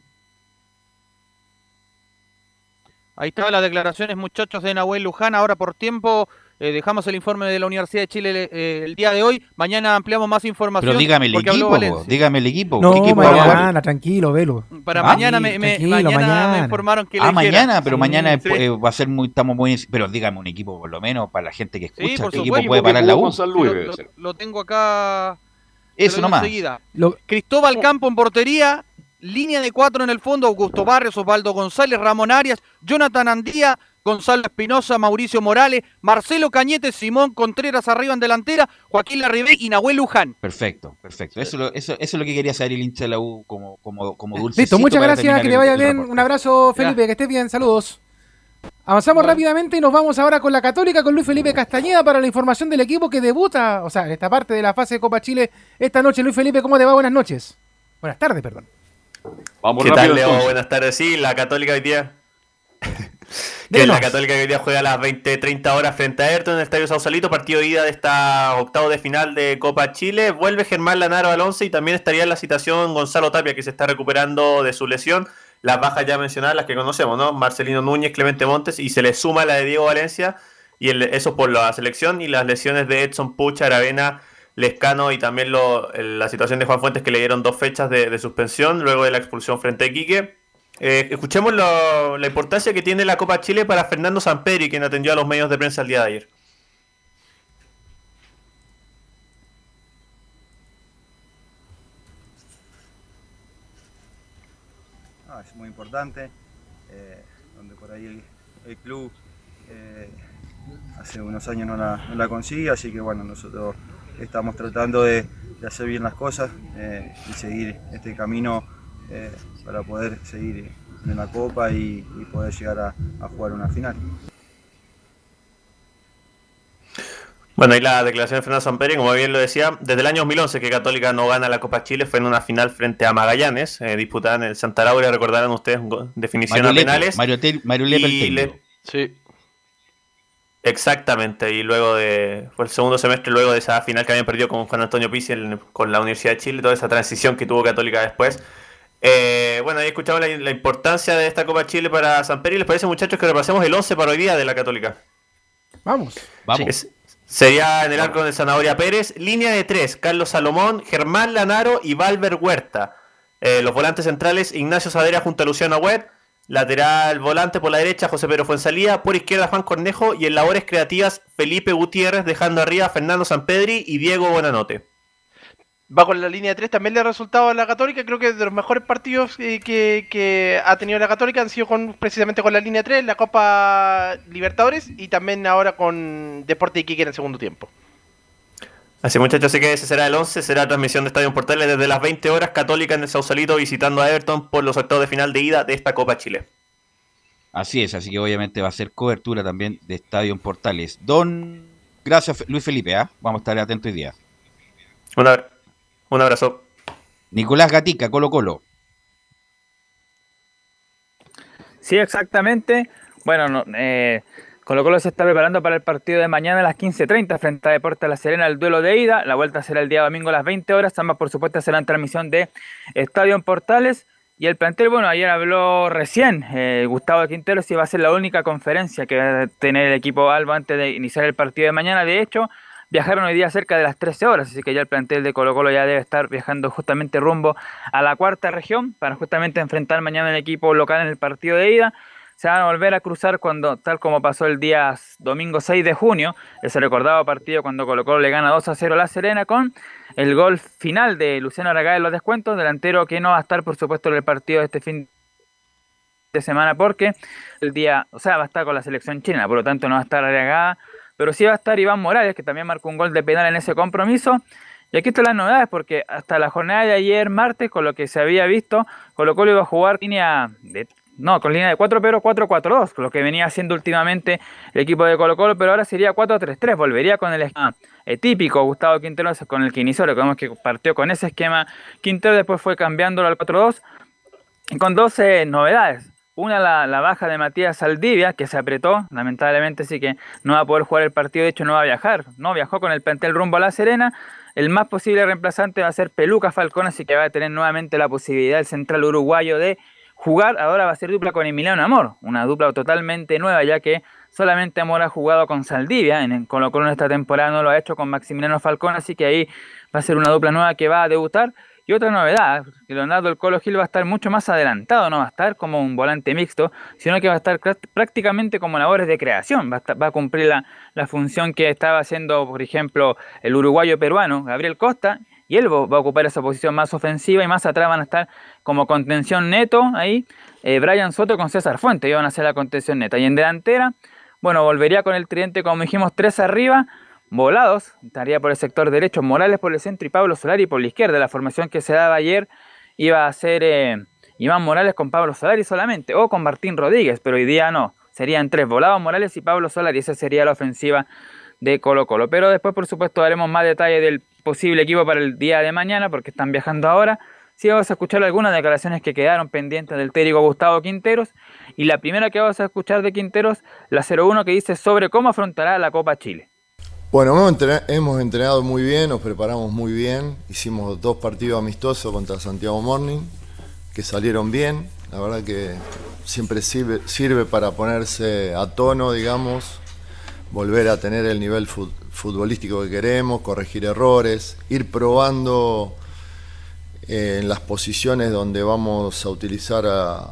Ahí estaban las declaraciones, muchachos, de Nahuel Luján. Ahora por tiempo dejamos el informe de la Universidad de Chile el día de hoy. Mañana ampliamos más información. Pero dígame el equipo. No, ¿Qué equipo mañana, tranquilo, velo. Para mañana me informaron que mañana, pero mañana va a ser estamos muy... Pero dígame un equipo por lo menos, para la gente que escucha. ¿Qué equipo puede parar la U? Lo tengo acá. Eso nomás. Cristóbal Campo en portería. Línea de 4 en el fondo: Augusto Barrios, Osvaldo González, Ramón Arias, Jonathan Andía, Gonzalo Espinosa, Mauricio Morales, Marcelo Cañete, Simón Contreras arriba en delantera, Joaquín Larribey y Nahuel Luján. Perfecto. Eso es lo que quería saber el hincha de la U como dulce. Listo, muchas gracias, que te vaya bien. Un abrazo, Felipe, que estés bien, saludos. Avanzamos rápidamente y nos vamos ahora con la Católica, con Luis Felipe Castañeda para la información del equipo que debuta, en esta parte de la fase de Copa Chile esta noche. Luis Felipe, ¿cómo te va? Buenas noches. Buenas tardes, perdón. Vamos. ¿Qué tal, Leo? Buenas tardes. Sí, la Católica hoy día. La Católica hoy día juega a las 20:30 horas frente a Ayrton en el Estadio Sausalito, partido de ida de esta octavo de final de Copa Chile. Vuelve Germán Lanaro al 11 y también estaría en la citación Gonzalo Tapia, que se está recuperando de su lesión. Las bajas ya mencionadas, las que conocemos, ¿no? Marcelino Núñez, Clemente Montes, y se le suma la de Diego Valencia, y eso por la selección, y las lesiones de Edson Pucha, Aravena, Lescano y también la situación de Juan Fuentes, que le dieron 2 fechas de suspensión luego de la expulsión frente a Iquique. Escuchemos la importancia que tiene la Copa Chile para Fernando Samperi, quien atendió a los medios de prensa el día de ayer. Es muy importante, donde por ahí el club hace unos años no la consigue, así que bueno, nosotros estamos tratando de hacer bien las cosas y seguir este camino para poder seguir en la Copa y poder llegar a jugar una final. Bueno, ahí la declaración de Fernando Samperi, como bien lo decía, desde el año 2011 que Católica no gana la Copa Chile, fue en una final frente a Magallanes, disputada en el Santa Laura, recordarán ustedes, definición a penales. Mario Lepe. Sí. Exactamente, y luego fue el segundo semestre luego de esa final que habían perdido con Juan Antonio Pizzi con la Universidad de Chile, toda esa transición que tuvo Católica después. Bueno, ahí escuchamos la importancia de esta Copa Chile para Samperi. ¿Les parece, muchachos, que repasemos el 11 para hoy día de la Católica? Vamos. Sería en el arco de Zanahoria Pérez, línea de 3, Carlos Salomón, Germán Lanaro y Valver Huerta. Los volantes centrales, Ignacio Sadera junto a Luciano Agüet. Lateral volante por la derecha, José Pedro Fuenzalía. Por izquierda, Juan Cornejo. Y en labores creativas, Felipe Gutiérrez, dejando arriba a Fernando Sampedri y Diego Buenanote. Va con la línea de 3, también le ha resultado a la Católica. Creo que de los mejores partidos que ha tenido la Católica han sido precisamente con la línea 3, la Copa Libertadores y también ahora con Deportes Iquique en el segundo tiempo. Así, muchachos, así que ese será el 11, será transmisión de Estadio Portales desde las 20 horas, Católica en el Sausalito visitando a Everton por los octavos de final de ida de esta Copa Chile. Así es, así que obviamente va a ser cobertura también de Estadio Portales. Gracias Luis Felipe, vamos a estar atentos hoy día. Un abrazo. Nicolás Gatica, Colo Colo. Sí, exactamente. Bueno, Colo Colo se está preparando para el partido de mañana a las 15:30 frente a Deportes La Serena, el duelo de ida. La vuelta será el día domingo a las 20 horas. Ambas, por supuesto, serán transmisión de Estadio Portales. Y el plantel, bueno, ayer habló recién Gustavo Quintero, si va a ser la única conferencia que va a tener el equipo Albo antes de iniciar el partido de mañana. De hecho, viajaron hoy día cerca de las 13 horas, así que ya el plantel de Colo Colo ya debe estar viajando justamente rumbo a la cuarta región para justamente enfrentar mañana el equipo local en el partido de ida. Se van a volver a cruzar tal como pasó el día domingo 6 de junio, ese recordado partido cuando Colo Colo le gana 2-0 a La Serena con el gol final de Luciano Aragá en los descuentos, delantero que no va a estar por supuesto en el partido de este fin de semana porque va a estar con la selección chilena, por lo tanto no va a estar Aragá, pero sí va a estar Iván Morales, que también marcó un gol de penal en ese compromiso. Y aquí están las novedades, porque hasta la jornada de ayer, martes, con lo que se había visto, Colo Colo iba a jugar con línea de 4, pero 4-4-2, lo que venía haciendo últimamente el equipo de Colo Colo, pero ahora sería 4-3-3, volvería con el esquema típico Gustavo Quintero, con el que inició, recordemos que partió con ese esquema Quintero, después fue cambiándolo al 4-2, y con 12 novedades. Una, la baja de Matías Saldivia, que se apretó, lamentablemente, así que no va a poder jugar el partido, de hecho no va a viajar, no viajó con el plantel rumbo a La Serena. El más posible reemplazante va a ser Peluca Falcón, así que va a tener nuevamente la posibilidad el central uruguayo de jugar. Ahora va a ser dupla con Emiliano Amor, una dupla totalmente nueva, ya que solamente Amor ha jugado con Saldivia, en Colo Colo en esta temporada no lo ha hecho con Maximiliano Falcón, así que ahí va a ser una dupla nueva que va a debutar. Y otra novedad, que Leonardo El Colo Gil va a estar mucho más adelantado, no va a estar como un volante mixto, sino que va a estar prácticamente como labores de creación, va a cumplir la función que estaba haciendo, por ejemplo, el uruguayo peruano Gabriel Costa, y él va a ocupar esa posición más ofensiva, y más atrás van a estar como contención neto, ahí, Brian Soto con César Fuentes, y van a hacer la contención neta. Y en delantera, bueno, volvería con el tridente, como dijimos, 3 arriba, Volados, estaría por el sector derecho, Morales por el centro y Pablo Solari por la izquierda. La formación que se daba ayer iba a ser Iván Morales con Pablo Solari solamente, o con Martín Rodríguez, pero hoy día no. Serían 3, Volados, Morales y Pablo Solari. Esa sería la ofensiva de Colo Colo. Pero después, por supuesto, daremos más detalle del posible equipo para el día de mañana, porque están viajando ahora. Sí, vamos a escuchar algunas declaraciones que quedaron pendientes del técnico Gustavo Quinteros. Y la primera que vamos a escuchar de Quinteros, la 01, que dice sobre cómo afrontará la Copa Chile. Bueno, hemos entrenado muy bien, nos preparamos muy bien, hicimos 2 partidos amistosos contra Santiago Morning, que salieron bien, la verdad que siempre sirve para ponerse a tono, digamos, volver a tener el nivel futbolístico que queremos, corregir errores, ir probando en las posiciones donde vamos a utilizar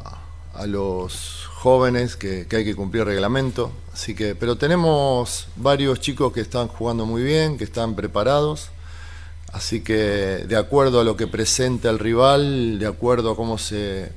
a los jóvenes que hay que cumplir reglamento. Así que, pero tenemos varios chicos que están jugando muy bien, que están preparados. Así que de acuerdo a lo que presenta el rival, de acuerdo a cómo se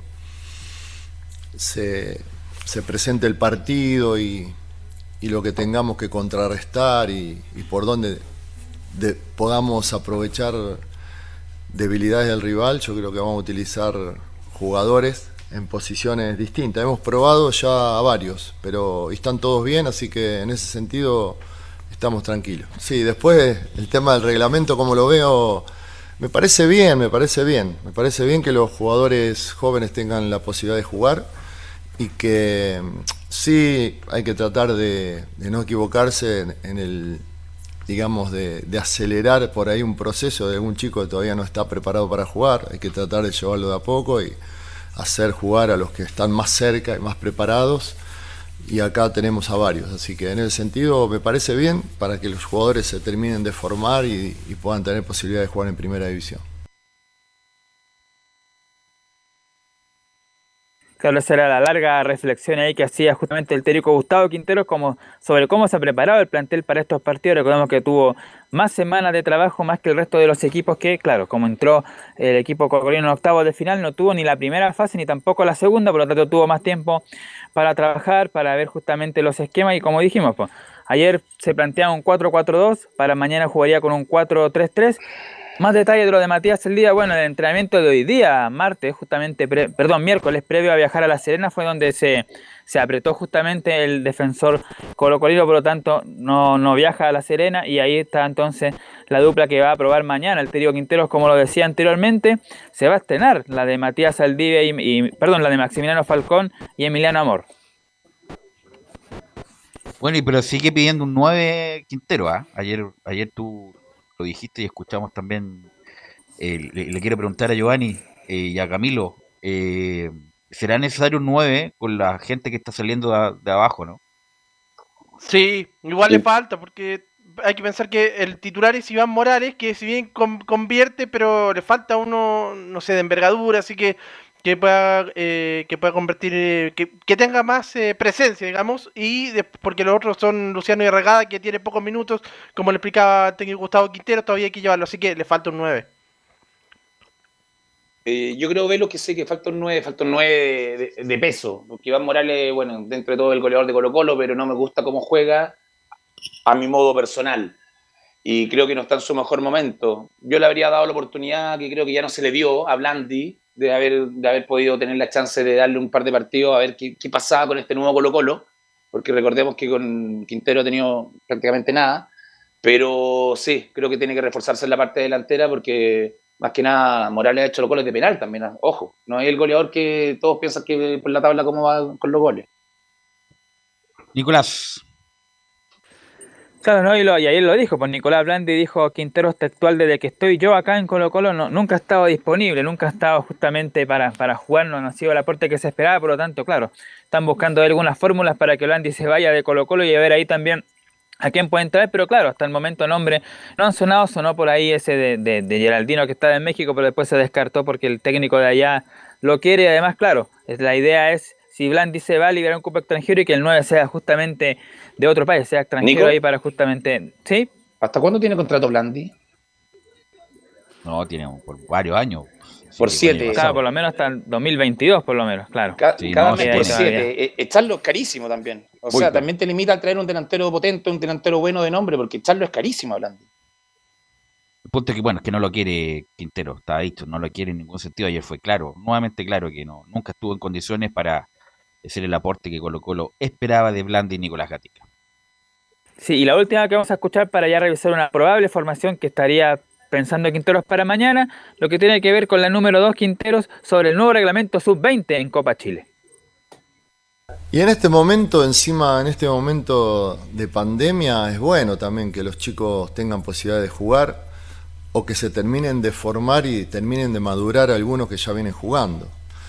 presente el partido y lo que tengamos que contrarrestar y por dónde podamos aprovechar debilidades del rival, yo creo que vamos a utilizar jugadores en posiciones distintas. Hemos probado ya a varios, pero están todos bien, así que en ese sentido estamos tranquilos. Sí, después el tema del reglamento, como lo veo, me parece bien que los jugadores jóvenes tengan la posibilidad de jugar y que sí hay que tratar de no equivocarse en el, digamos, de acelerar por ahí un proceso de algún chico que todavía no está preparado para jugar. Hay que tratar de llevarlo de a poco y hacer jugar a los que están más cerca y más preparados, y acá tenemos a varios, así que en ese sentido me parece bien para que los jugadores se terminen de formar y puedan tener posibilidad de jugar en primera división. Claro, esa era la larga reflexión ahí que hacía justamente el técnico Gustavo Quinteros sobre cómo se ha preparado el plantel para estos partidos. Recordemos que tuvo más semanas de trabajo, más que el resto de los equipos que, claro, como entró el equipo colocolino en octavos de final, no tuvo ni la primera fase ni tampoco la segunda, por lo tanto tuvo más tiempo para trabajar, para ver justamente los esquemas y como dijimos, pues, ayer se planteaba un 4-4-2, para mañana jugaría con un 4-3-3. Más detalles de lo de Matías el día, bueno, el entrenamiento de hoy día, miércoles, previo a viajar a La Serena, fue donde se apretó justamente el defensor colocolino, por lo tanto no viaja a La Serena, y ahí está entonces la dupla que va a probar mañana. El Técnico Quinteros, como lo decía anteriormente, se va a estrenar la de Matías Aldivia la de Maximiliano Falcón y Emiliano Amor. Bueno, pero sigue pidiendo un 9 Quintero, ¿ah? Ayer tú lo dijiste y escuchamos también. Le quiero preguntar a Giovanni y a Camilo, ¿será necesario un 9 con la gente que está saliendo de abajo, no? Sí, igual le falta, porque hay que pensar que el titular es Iván Morales, que si bien convierte, pero le falta uno, no sé, de envergadura, así que pueda convertir, que tenga más presencia, digamos, porque los otros son Luciano y Regada, que tiene pocos minutos, como le explicaba el técnico Gustavo Quintero, todavía hay que llevarlo, así que le falta un 9. Yo creo, Velo, que sé que falta un 9 de peso, porque Iván Morales, bueno, dentro de todo el goleador de Colo-Colo, pero no me gusta cómo juega a mi modo personal, y creo que no está en su mejor momento. Yo le habría dado la oportunidad, que creo que ya no se le dio a Blandi, de haber podido tener la chance de darle un par de partidos a ver qué pasaba con este nuevo Colo-Colo, porque recordemos que con Quintero ha tenido prácticamente nada, pero sí, creo que tiene que reforzarse en la parte delantera, porque más que nada Morales ha hecho los goles de penal también, ojo, no es el goleador que todos piensan que por la tabla cómo va con los goles. Nicolás. Claro, ¿no? Y ayer lo dijo, pues Nicolás Blandi dijo: Quinteros textual, desde que estoy yo acá en Colo-Colo nunca ha estado disponible, nunca ha estado justamente para jugar, no ha sido el aporte que se esperaba, por lo tanto, claro, están buscando algunas fórmulas para que Blandi se vaya de Colo-Colo y a ver ahí también a quién pueden traer, pero claro, hasta el momento nombre no han sonado, sonó por ahí ese de Geraldino que estaba en México, pero después se descartó porque el técnico de allá lo quiere, y además, claro, la idea es, si Blandi se va, a liberar un cupo extranjero y que el 9 sea justamente de otro país, sea extranjero. Nico, ahí para justamente... ¿Sí? ¿Hasta cuándo tiene contrato Blandi? No, tiene por varios años. Por 7. Claro, por lo menos hasta el 2022, por lo menos, claro. Cada mes por 7. Echarlo es carísimo también. O sea, también te limita a traer un delantero potente, un delantero bueno de nombre, porque echarlo es carísimo a Blandi. El punto es que, bueno, es que no lo quiere Quintero, está dicho, no lo quiere en ningún sentido. Ayer fue nuevamente claro que nunca estuvo en condiciones para hacer el aporte que Colo-Colo esperaba de Blandi y Nicolás Gatica. Sí, y la última que vamos a escuchar para ya revisar una probable formación que estaría pensando Quinteros para mañana, lo que tiene que ver con la número 2 Quinteros sobre el nuevo reglamento sub-20 en Copa Chile. Y en este momento, en este momento de pandemia, es bueno también que los chicos tengan posibilidad de jugar o que se terminen de formar y terminen de madurar algunos que ya vienen jugando.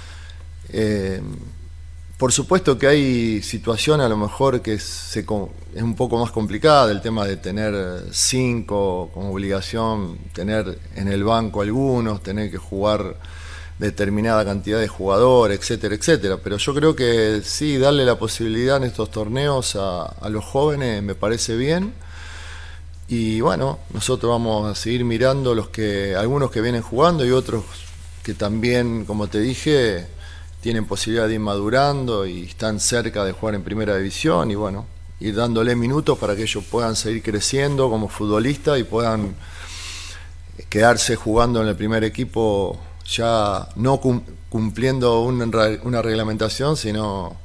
Por supuesto que hay situaciones a lo mejor que es un poco más complicada, el tema de tener 5 como obligación, tener en el banco algunos, tener que jugar determinada cantidad de jugadores, etcétera, etcétera. Pero yo creo que sí, darle la posibilidad en estos torneos a los jóvenes me parece bien. Y bueno, nosotros vamos a seguir mirando algunos que vienen jugando y otros que también, como te dije, tienen posibilidad de ir madurando y están cerca de jugar en primera división, y bueno, ir dándole minutos para que ellos puedan seguir creciendo como futbolistas y puedan quedarse jugando en el primer equipo, ya no cumpliendo una reglamentación, sino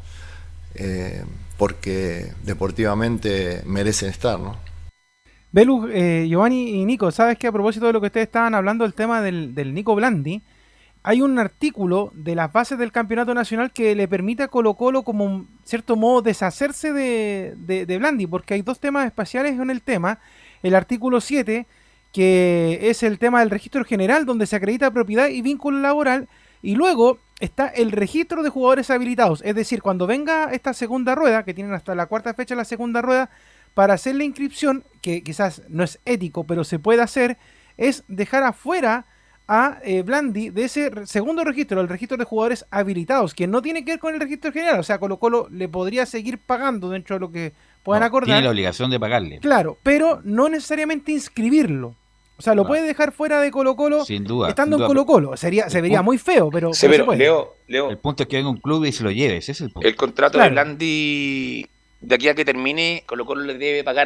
porque deportivamente merecen estar, ¿no? Belu, Giovanni y Nico, ¿sabes que a propósito de lo que ustedes estaban hablando, el tema del Nico Blandi, hay un artículo de las bases del campeonato nacional que le permite a Colo-Colo, como en cierto modo, deshacerse de Blandi, porque hay dos temas espaciales en el tema. El artículo 7, que es el tema del registro general, donde se acredita propiedad y vínculo laboral, y luego está el registro de jugadores habilitados, es decir, cuando venga esta segunda rueda, que tienen hasta la cuarta fecha la segunda rueda, para hacer la inscripción, que quizás no es ético, pero se puede hacer, es dejar afuera a Blandi de ese segundo registro, el registro de jugadores habilitados, que no tiene que ver con el registro general. O sea, Colo-Colo le podría seguir pagando dentro de lo que puedan acordar. Tiene la obligación de pagarle. Claro, pero no necesariamente inscribirlo. O sea, lo puede dejar fuera de Colo-Colo sin duda, estando sin en duda. Colo-Colo. Se vería muy feo, pero, sí, pero Leo, el punto es que venga un club y se lo lleve, ese es el punto. El contrato de Blandi, de aquí a que termine, Colo-Colo le debe pagar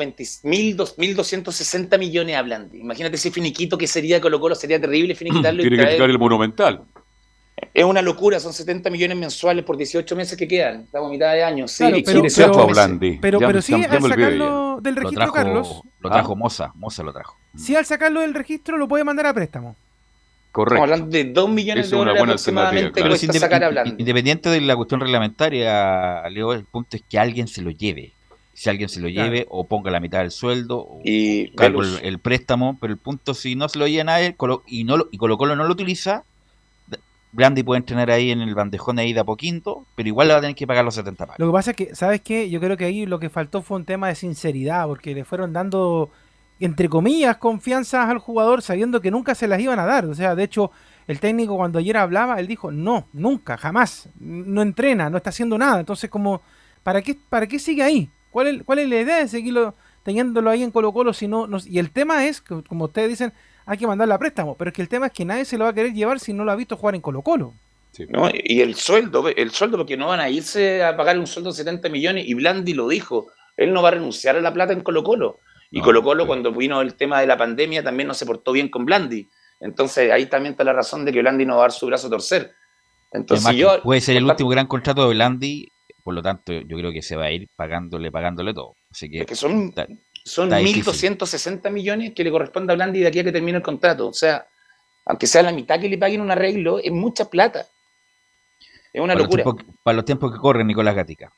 1.260 millones a Blandi. Imagínate ese finiquito que sería Colo-Colo, sería terrible finiquitarlo. Tiene que quitar el Monumental. Es una locura, son 70 millones mensuales por 18 meses que quedan. Estamos a mitad de año. Sí, claro, pero sí, al sacarlo del registro, Carlos. Lo trajo Moza lo trajo. Sí, al sacarlo del registro lo puede mandar a préstamo. Correcto. Estamos hablando de 2 millones de dólares aproximadamente que cuesta sacar a Blandi. Independiente de la cuestión reglamentaria, Leo, el punto es que alguien se lo lleve. Si alguien se lo lleve, o ponga la mitad del sueldo, o cargo el préstamo, pero el punto, si no se lo lleva a él y Colo-Colo no lo utiliza, Blandi puede entrenar ahí en el bandejón ahí de a poquito, pero igual le va a tener que pagar los 70 pagos. Lo que pasa es que, ¿sabes qué? Yo creo que ahí lo que faltó fue un tema de sinceridad, porque le fueron dando, entre comillas, confianzas al jugador sabiendo que nunca se las iban a dar. O sea, de hecho, el técnico cuando ayer hablaba, él dijo, no, nunca, jamás, no entrena, no está haciendo nada. Entonces, como, ¿para qué sigue ahí? ¿Cuál es la idea de seguirlo teniéndolo ahí en Colo-Colo si no? Y el tema es, como ustedes dicen, hay que mandarle a préstamo, pero es que el tema es que nadie se lo va a querer llevar si no lo ha visto jugar en Colo-Colo. Sí. No, y el sueldo, porque no van a irse a pagar un sueldo de 70 millones, y Blandi lo dijo, él no va a renunciar a la plata en Colo-Colo. Y Colo-Colo, cuando vino el tema de la pandemia, también no se portó bien con Blandi. Entonces ahí también está la razón de que Blandi no va a dar su brazo a torcer. Entonces además, puede ser el último gran contrato de Blandi, por lo tanto yo creo que se va a ir pagándole todo. Así que, son 1.260 millones que le corresponde a Blandi de aquí a que termine el contrato. O sea, aunque sea la mitad que le paguen un arreglo, es mucha plata. Es una locura. Para los tiempos que corren, Nicolás Gatica.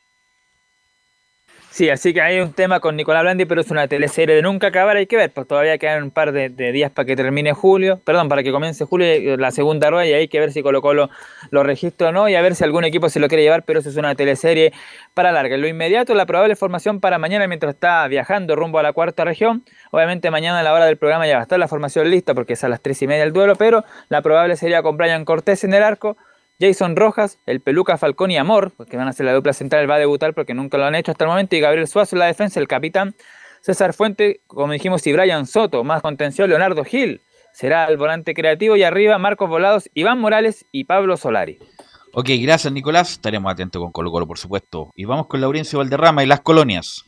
Sí, así que hay un tema con Nicolás Blandi, pero es una teleserie de nunca acabar, hay que ver, pues todavía quedan un par de días para que termine para que comience julio, la segunda rueda, y hay que ver si Colo-Colo lo registra o no, y a ver si algún equipo se lo quiere llevar, pero eso es una teleserie para larga. En lo inmediato, la probable formación para mañana, mientras está viajando rumbo a la cuarta región, obviamente mañana a la hora del programa ya va a estar la formación lista, porque es a las 3:30 el duelo, pero la probable sería con Brian Cortés en el arco, Jason Rojas, el Peluca Falcón y Amor, porque van a ser la dupla central, va a debutar porque nunca lo han hecho hasta el momento, y Gabriel Suazo en la defensa, el capitán, César Fuente, como dijimos, y Brian Soto, más contención, Leonardo Gil, será el volante creativo, y arriba Marcos Volados, Iván Morales y Pablo Solari. Ok, gracias Nicolás, estaremos atentos con Colo-Colo, por supuesto. Y vamos con Laurencio Valderrama y las colonias.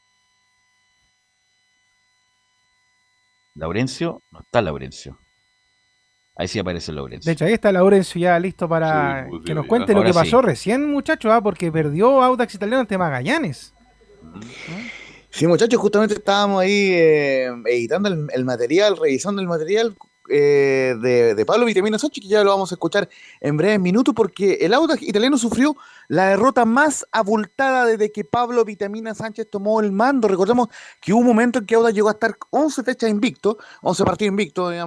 Laurencio, no está Laurencio. Ahí sí aparece Laurencio. De hecho, ahí está Laurencio ya listo para que nos cuente lo que pasó recién, muchachos, porque perdió Audax Italiano ante Magallanes. Sí, muchachos, justamente estábamos ahí editando el material, revisando el material de Pablo Vitamina Sánchez, que ya lo vamos a escuchar en breves minutos, porque el Audax Italiano sufrió la derrota más abultada desde que Pablo Vitamina Sánchez tomó el mando. Recordemos que hubo un momento en que Audax llegó a estar 11 fechas invicto, 11 partidos invicto, digamos,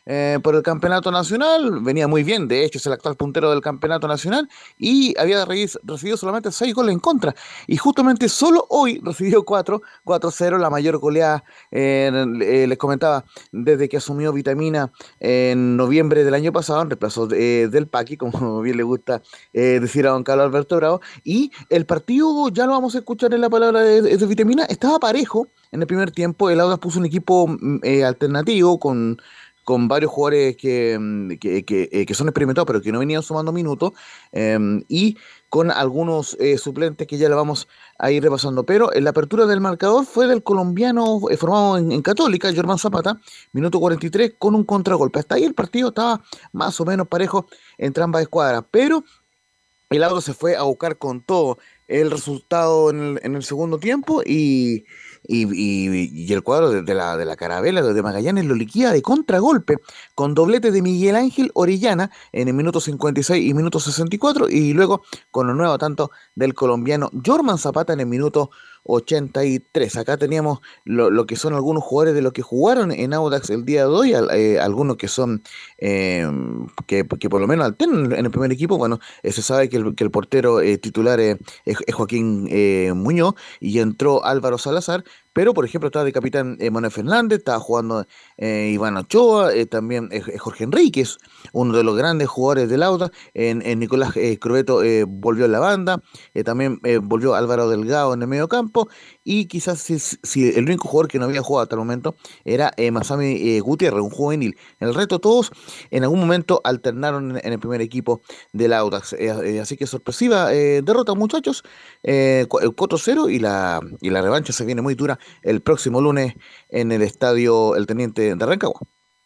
por el campeonato nacional, venía muy bien, de hecho es el actual puntero del campeonato nacional, y había recibido solamente 6 goles en contra, y justamente solo hoy recibió 4-0, la mayor goleada, les comentaba, desde que asumió Vitamina en noviembre del año pasado, en reemplazo del Paqui, como bien le gusta decir a don Carlos Alberto Bravo, y el partido, ya lo vamos a escuchar en la palabra de Vitamina, estaba parejo en el primer tiempo. El Audax puso un equipo alternativo con varios jugadores que son experimentados pero que no venían sumando minutos, y con algunos suplentes que ya lo vamos a ir repasando, pero en la apertura del marcador fue del colombiano formado en Católica, Germán Zapata, minuto 43, con un contragolpe. Hasta ahí el partido estaba más o menos parejo entre ambas escuadras, pero el Audax se fue a buscar con todo el resultado en el segundo tiempo, y el cuadro de la Carabela de Magallanes lo liquida de contragolpe con doblete de Miguel Ángel Orellana en el minuto 56 y minuto 64, y luego con los nuevos tantos del colombiano Jorman Zapata en el minuto 83. Acá teníamos lo que son algunos jugadores de los que jugaron en Audax el día de hoy, algunos que son que por lo menos alternan en el primer equipo. Bueno, se sabe que el portero titular es Joaquín Muñoz, y entró Álvaro Salazar, pero por ejemplo estaba de capitán Manuel Fernández, estaba jugando Iván Ochoa, también Jorge Enríquez, uno de los grandes jugadores del Audax, en Nicolás Crobeto volvió a la banda, también volvió Álvaro Delgado en el medio campo, y quizás si el único jugador que no había jugado hasta el momento era Masami Gutiérrez, un juvenil. El resto todos en algún momento alternaron en el primer equipo del Audax, así que sorpresiva derrota, muchachos, 4-0, y la revancha se viene muy dura el próximo lunes en el estadio El Teniente de Rancagua.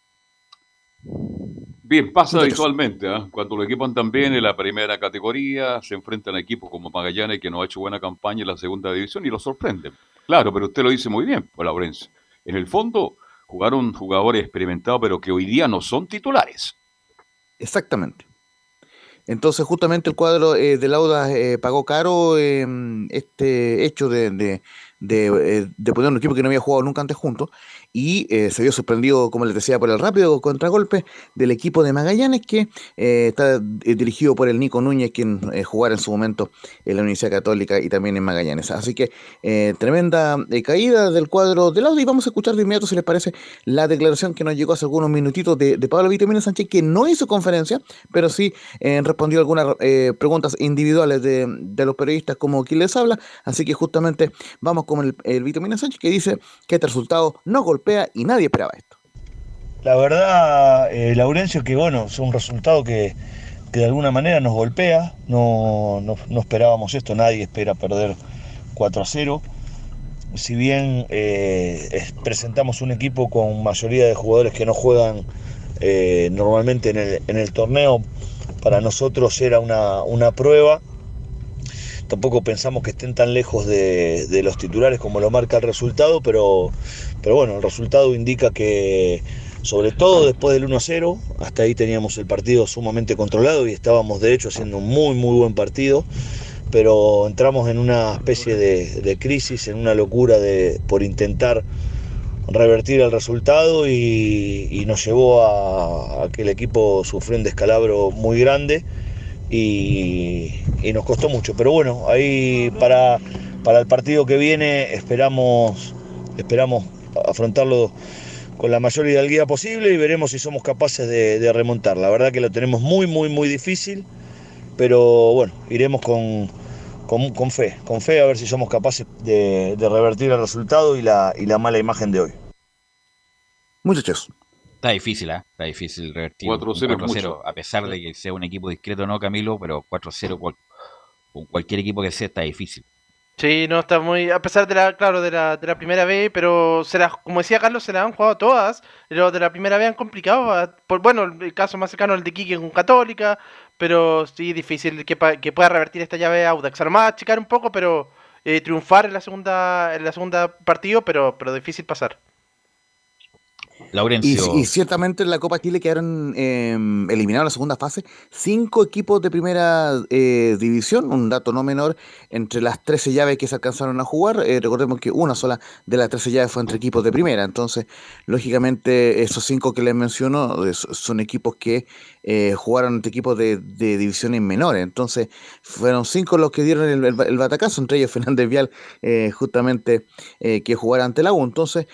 Bien, pasa habitualmente, cuando los equipos andan bien en la primera categoría, se enfrentan a equipos como Magallanes, que no ha hecho buena campaña en la segunda división, y los sorprenden. Claro, pero usted lo dice muy bien, Laurencio. En el fondo, jugaron jugadores experimentados, pero que hoy día no son titulares. Exactamente. Entonces, justamente el cuadro del Audax pagó caro este hecho de poner un equipo que no había jugado nunca antes juntos, y se vio sorprendido, como les decía, por el rápido contragolpe del equipo de Magallanes, que está dirigido por el Nico Núñez, quien jugara en su momento en la Universidad Católica y también en Magallanes. Así que tremenda caída del cuadro del Audax, y vamos a escuchar de inmediato, si les parece, la declaración que nos llegó hace algunos minutitos de Pablo Vitamina Sánchez, que no hizo conferencia, pero sí respondió algunas preguntas individuales de los periodistas, como quien les habla. Así que justamente vamos con el Vitamina Sánchez, que dice que este resultado no golpea y nadie esperaba esto. La verdad, Laurencio, que bueno, es un resultado que de alguna manera nos golpea. No esperábamos esto, nadie espera perder 4-0. Si bien presentamos un equipo con mayoría de jugadores que no juegan normalmente en el torneo, para nosotros era una prueba. Tampoco pensamos que estén tan lejos de los titulares como lo marca el resultado, pero bueno, el resultado indica que, sobre todo después del 1-0, hasta ahí teníamos el partido sumamente controlado y estábamos de hecho haciendo un muy muy buen partido, pero entramos en una especie de crisis, en una locura por intentar revertir el resultado, y nos llevó a que el equipo sufrió un descalabro muy grande. Y nos costó mucho, pero bueno, ahí para el partido que viene esperamos afrontarlo con la mayor hidalguía posible, y veremos si somos capaces de remontar. La verdad que lo tenemos muy muy muy difícil, pero bueno, iremos con fe a ver si somos capaces de revertir el resultado y la mala imagen de hoy. Muchachos, está difícil, Está difícil revertir 4-0, a pesar de que sea un equipo discreto, ¿no, Camilo? Pero 4-0 con cualquier equipo que sea está difícil. Sí, no, está muy... A pesar de la primera vez, pero como decía Carlos, se la han jugado todas. Los de la primera vez han complicado. Bueno, el caso más cercano es el de Quique con Católica, pero sí, difícil que pueda revertir esta llave Audax. A lo más achicar un poco, pero triunfar en la segunda partido, pero difícil pasar. Laurencio. Y ciertamente en la Copa Chile quedaron eliminados en la segunda fase 5 equipos de primera división, un dato no menor entre las 13 llaves que se alcanzaron a jugar. Recordemos que una sola de las 13 llaves fue entre equipos de primera, entonces lógicamente esos 5 que les menciono son equipos que jugaron entre equipos de divisiones menores, entonces fueron 5 los que dieron el batacazo, entre ellos Fernández Vial, justamente que jugara ante la U. Entonces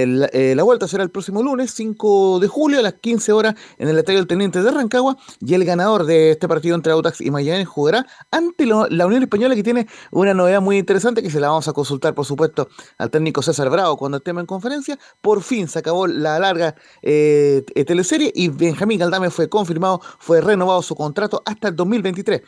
la vuelta será el próximo lunes 5 de julio a las 15 horas en el Estadio del Teniente de Rancagua, y el ganador de este partido entre Audax y Magallanes jugará ante la Unión Española, que tiene una novedad muy interesante que se la vamos a consultar por supuesto al técnico César Bravo cuando estemos en conferencia. Por fin se acabó la larga teleserie y Benjamín Galdame fue confirmado, fue renovado su contrato hasta el 2023.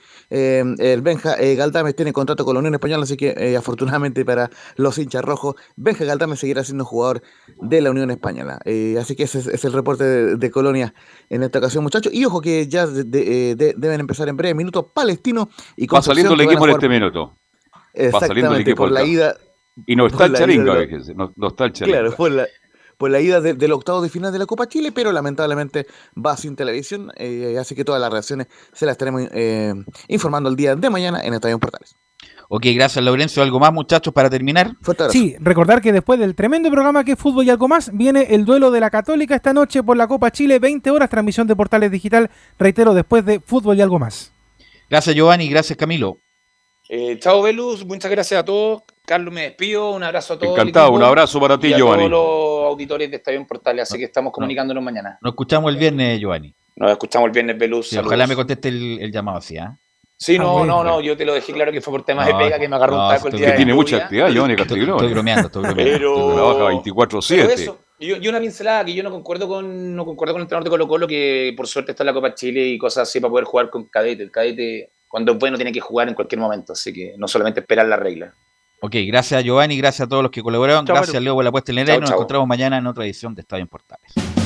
El Benja Galdame tiene contrato con la Unión Española, así que afortunadamente para los hinchas rojos, Benja Galdame seguirá siendo jugador de la Unión Española. Así que ese es el reporte de Colonia en esta ocasión, muchachos. Y ojo que ya deben empezar en breve minutos Palestino y va saliendo el equipo en este minuto. Va saliendo el equipo por la ida. Y no está el Charinga, fíjense, no está el Charinga. Claro, por la ida del octavo de final de la Copa Chile, pero lamentablemente va sin televisión, así que todas las reacciones se las estaremos informando el día de mañana en Estadio Portales. Ok, gracias Laurencio. ¿Algo más, muchachos, para terminar? Sí, recordar que después del tremendo programa que es Fútbol y Algo Más, viene el duelo de la Católica esta noche por la Copa Chile, 20 horas, transmisión de Portales Digital, reitero, después de Fútbol y Algo Más. Gracias Giovanni, gracias Camilo. Chao Velus, muchas gracias a todos. Carlos, me despido, un abrazo a todos. Encantado, un abrazo para ti, Giovanni. Y a todos los auditores de Estadio Portales, así que estamos comunicándonos mañana. Nos escuchamos el viernes, Giovanni. Nos escuchamos el viernes, Velus. Sí, ojalá me conteste el llamado así, ¿eh? Sí, no, yo te lo dejé claro que fue por temas de pega que me agarró un taco el día de tiene mucha actividad, Giovanni Castiglione. Estoy bromeando. Pero trabaja 24/7. Eso, yo una pincelada que yo no concuerdo con el entrenador de Colo-Colo, que por suerte está en la Copa Chile y cosas así para poder jugar con Cadete. El Cadete, cuando es bueno, tiene que jugar en cualquier momento, así que no solamente esperar la regla. Ok, gracias Giovanni, gracias a todos los que colaboraron, chau, gracias Maru. Leo por la puesta en el aire. Nos Chau. encontramos mañana en otra edición de Estadio en Portales.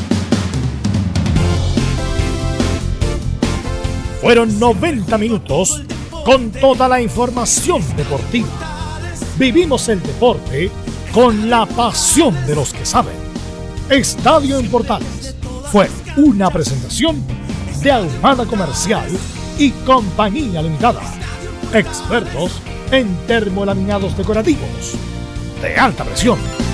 Fueron 90 minutos con toda la información deportiva. Vivimos el deporte con la pasión de los que saben. Estadio en Portales fue una presentación de Ahumada Comercial y Compañía Limitada. Expertos en termolaminados decorativos de alta presión.